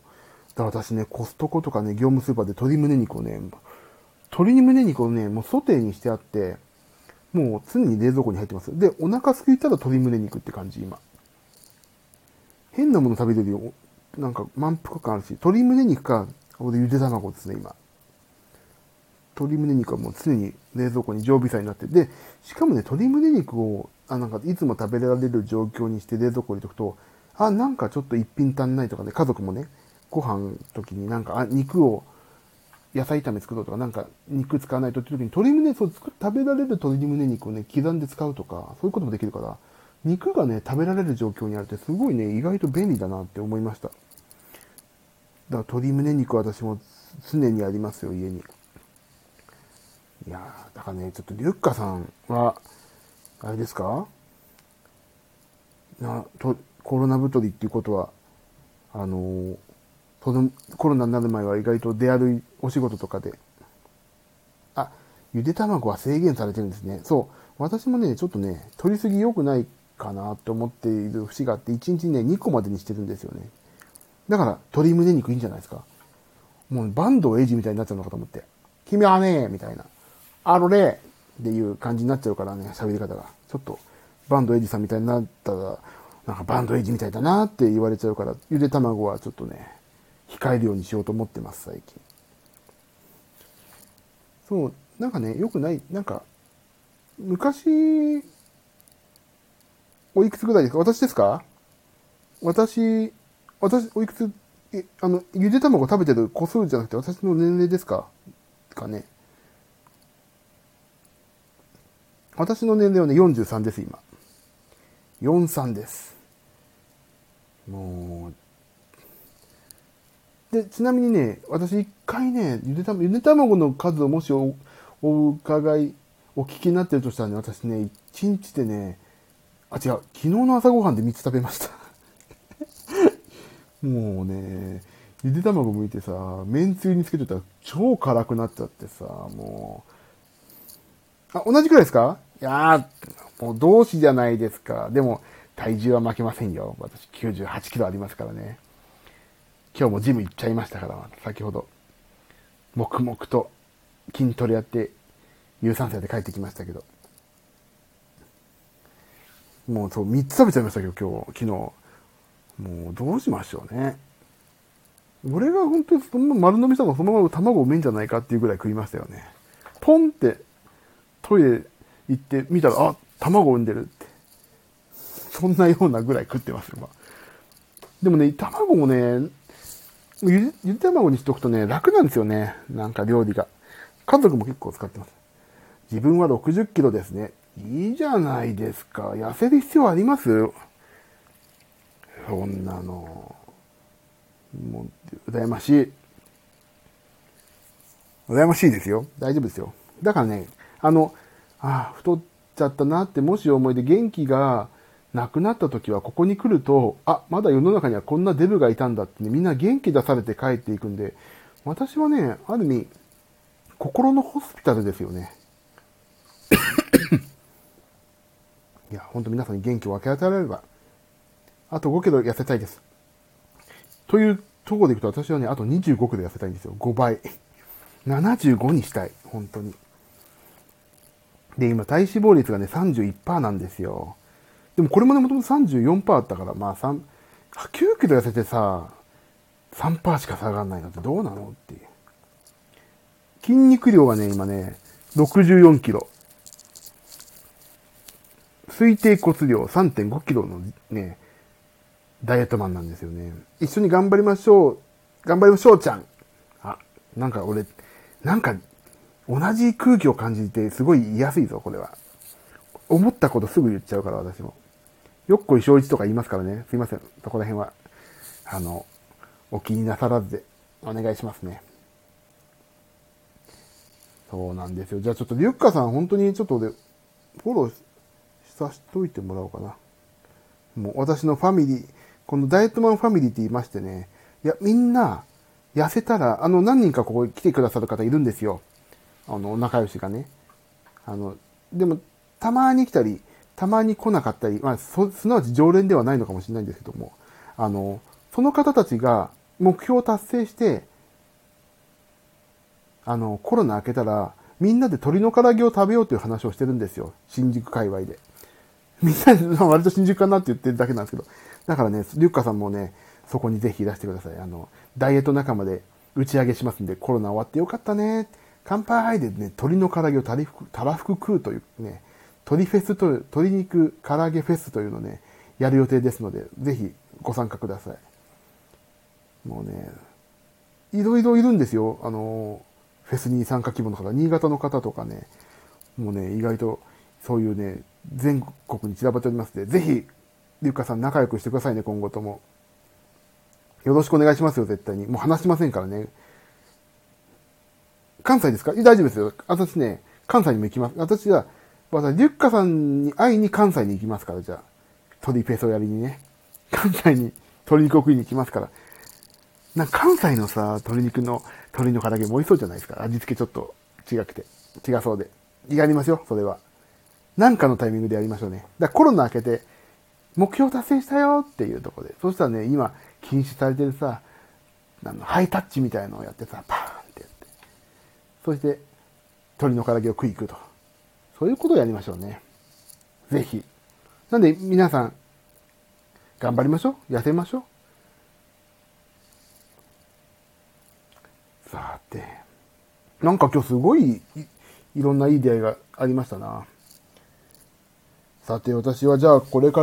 だから私ね、コストコとかね、業務スーパーで鶏胸肉をね、鶏胸肉をね、もうソテーにしてあって、もう常に冷蔵庫に入ってます。で、お腹空いたら鶏胸肉って感じ、今。変なもの食べてるよ。なんか満腹感あるし、鶏胸肉か、俺ゆで卵ですね、今。鶏胸肉はもう常に冷蔵庫に常備菜になってで、しかもね、鶏胸肉を、なんかいつも食べられる状況にして冷蔵庫に入れとくと、なんかちょっと一品足んないとかね、家族もね、ご飯の時になんか、肉を、野菜炒め作ろうとか、なんか肉使わないとって時に鶏胸、食べられる鶏胸肉をね、刻んで使うとか、そういうこともできるから、肉がね、食べられる状況にあるってすごいね、意外と便利だなって思いました。だから鶏胸肉は私も常にありますよ、家に。いやー、だからね、ちょっとリュッカさんは、あれですか、コロナ太りっていうことは、あのーコロナになる前は意外と出歩い、お仕事とかでゆで卵は制限されてるんですね。そう。私もね、ちょっとね、取りすぎ良くないかなと思っている節があって、1日ね、2個までにしてるんですよね。だから、鶏胸肉いいんじゃないですか。もう、坂東エイジみたいになっちゃうのかと思って。君はねみたいな。あのねっていう感じになっちゃうからね、喋り方が。ちょっと、坂東エイジさんみたいになったら、なんか坂東エイジみたいだなって言われちゃうから、ゆで卵はちょっとね、控えるようにしようと思ってます、最近。そう、なんかね、良くない、なんか、昔、おいくつぐらいですか？私ですか？私、おいくつ、ゆで卵食べてる個数じゃなくて私の年齢ですかね。私の年齢はね、43です、今。43です。もう、で、ちなみにね、私一回ね、ゆで卵の数をもしお聞きになってるとしたらね、私ね、一日でね、あ、違う、昨日の朝ごはんで3つ食べました。もうね、ゆで卵剥いてさ、めんつゆにつけてたら超辛くなっちゃってさ、もう。あ、同じくらいですか？いやー、もう同志じゃないですか。でも、体重は負けませんよ。私98キロありますからね。今日もジム行っちゃいましたから、先ほど。黙々と筋トレやって、有酸素やって帰ってきましたけど。もうそう、3つ食べちゃいましたけど、昨日。もうどうしましょうね。俺が本当にそのまま丸飲みしたのそのまま卵うめんじゃないかっていうぐらい食いましたよね。ポンってトイレ行って見たら、あ、卵産んでるって。そんなようなぐらい食ってますよ、まあ。でもね、卵もね、ゆで卵にしておくとね、楽なんですよね。なんか料理が。家族も結構使ってます。自分は60キロですね。いいじゃないですか。痩せる必要あります？そんなの。もう、羨ましい。羨ましいですよ。大丈夫ですよ。だからね、太っちゃったなってもし思いで元気がなくなった時はここに来ると、あ、まだ世の中にはこんなデブがいたんだってね、みんな元気出されて帰っていくんで、私はね、ある意味、心のホスピタルですよね。いや、ほんと皆さんに元気を分け与えられれば、あと5キロ痩せたいです。というところでいくと私はね、あと25キロ痩せたいんですよ。5倍。75にしたい。本当に。で、今、体脂肪率がね、31%なんですよ。でもこれもね、もともと34%あったから、まあ9キロ痩せてさ、3%しか下がらないのってどうなのっていう。筋肉量がね、今ね、64キロ。推定骨量3.5キロのね、ダイエットマンなんですよね。一緒に頑張りましょう。頑張りましょうちゃん。あ、なんか俺、なんか同じ空気を感じてすごい言いやすいぞ、これは。思ったことすぐ言っちゃうから、私も。よっこいしょういちとか言いますからね。すいません。そこら辺は、お気になさらずでお願いしますね。そうなんですよ。じゃあちょっとリュッカさん、本当にちょっとで、フォローさせといてもらおうかな。もう私のファミリー、このダイエットマンファミリーって言いましてね、いや、みんな、痩せたら、何人かここに来てくださる方いるんですよ。仲良しがね。でも、たまに来たり、たまに来なかったり、まあ、すなわち常連ではないのかもしれないんですけども、その方たちが目標を達成して、コロナ明けたら、みんなで鶏の唐揚げを食べようという話をしてるんですよ。新宿界隈で。みんなで、割と新宿かなって言ってるだけなんですけど。だからね、リュッカさんもね、そこにぜひいらしてください。ダイエット仲間で打ち上げしますんで、コロナ終わってよかったね。乾杯でね、鶏の唐揚げをたらふく食うというね、鶏肉唐揚げフェスというのをね、やる予定ですので、ぜひご参加ください。もうね、いろいろいるんですよ。フェスに参加規模の方、新潟の方とかね、もうね、意外とそういうね、全国に散らばっておりますので、ぜひ、リュッカさん仲良くしてくださいね、今後とも。よろしくお願いしますよ、絶対に。もう話しませんからね。関西ですか？大丈夫ですよ。私ね、関西にも行きます。私は、リュッカさんに会いに関西に行きますから、じゃあ。鶏ペソやりにね。関西に鶏肉を食いに行きますから。関西のさ、鶏の唐揚げも美味しそうじゃないですか。味付けちょっと違くて。 違うそうで。やりますよ、それは。なんかのタイミングでやりましょうね。だからコロナ明けて、目標達成したよっていうところで。そしたらね、今、禁止されてるさ、ハイタッチみたいのをやってさ、パーンってやって。そして、鶏の唐揚げを食い行くと。そういうことをやりましょうね。ぜひ。なんで、皆さん、頑張りましょう。痩せましょう。さて。なんか今日すごい、いろんないい出会いがありましたな。さて、私はじゃあこれから、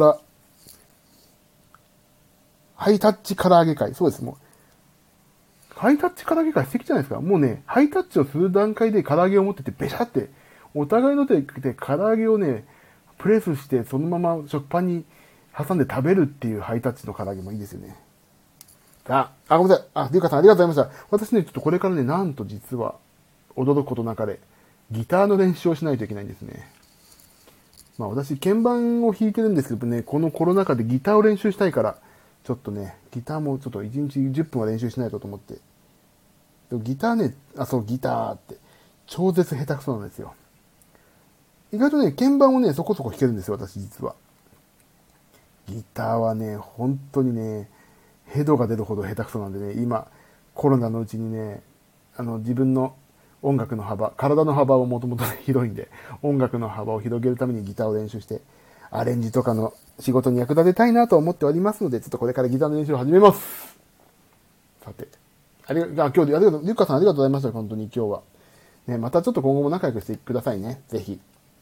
ハイタッチ唐揚げ会。そうです、もう。ハイタッチ唐揚げ会素敵じゃないですか。もうね、ハイタッチをする段階で唐揚げを持ってて、ベシャって、お互いの手で唐揚げをね、プレスして、そのまま食パンに挟んで食べるっていうハイタッチの唐揚げもいいですよね。ごめんなさい。リュウカさんありがとうございました。私ね、ちょっとこれからね、なんと実は、驚くことなかれ、ギターの練習をしないといけないんですね。まあ私、鍵盤を弾いてるんですけどね、このコロナ禍でギターを練習したいから、ちょっとね、ギターもちょっと1日10分は練習しないとと思って。でもギターね、ギターって、超絶下手くそなんですよ。意外とね、鍵盤をね、そこそこ弾けるんですよ、私実は。ギターはね、本当にね、ヘドが出るほど下手くそなんでね、今、コロナのうちにね、自分の音楽の幅、体の幅をもともと広いんで、音楽の幅を広げるためにギターを練習して、アレンジとかの仕事に役立てたいなと思っておりますので、ちょっとこれからギターの練習を始めます。さて、リュッカさんありがとうございました、本当に今日は。ね、またちょっと今後も仲良くしてくださいね、ぜひ。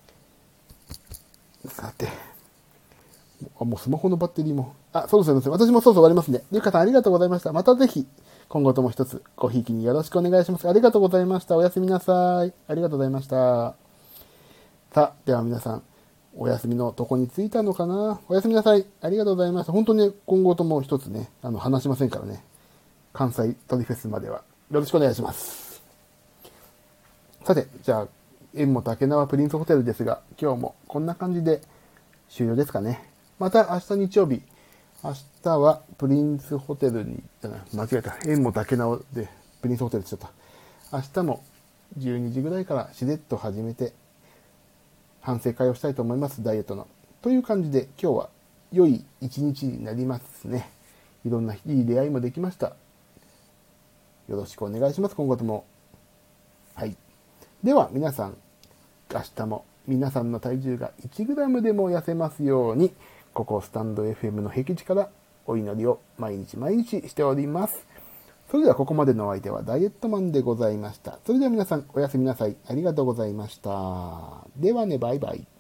さて、もうスマホのバッテリーも、そうです。私もそうそう終わりますんで、リュッカさんありがとうございました。またぜひ、今後とも一つ、ごひいきによろしくお願いします。ありがとうございました。おやすみなさい。ありがとうございました。さあ、では皆さん、お休みのとこに着いたのかな。おやすみなさい。ありがとうございました。本当に今後とも一つね、話しませんからね。関西鳥フェスまでは。よろしくお願いします。さて、じゃあ、縁も竹縄プリンスホテルですが、今日もこんな感じで終了ですかね。また明日日曜日、明日はプリンスホテルに、間違えた。縁も竹縄でプリンスホテルって言っちゃった。明日も12時ぐらいからしれっと始めて、反省会をしたいと思います、ダイエットの。という感じで、今日は良い一日になりますね。いろんないい出会いもできました。よろしくお願いします、今後とも。はい。では、皆さん、明日も皆さんの体重が 1g でも痩せますように、ここスタンド FM の僻地からお祈りを毎日しております。それではここまでのお相手はダイエットマンでございました。それでは皆さんおやすみなさい。ありがとうございました。ではね、バイバイ。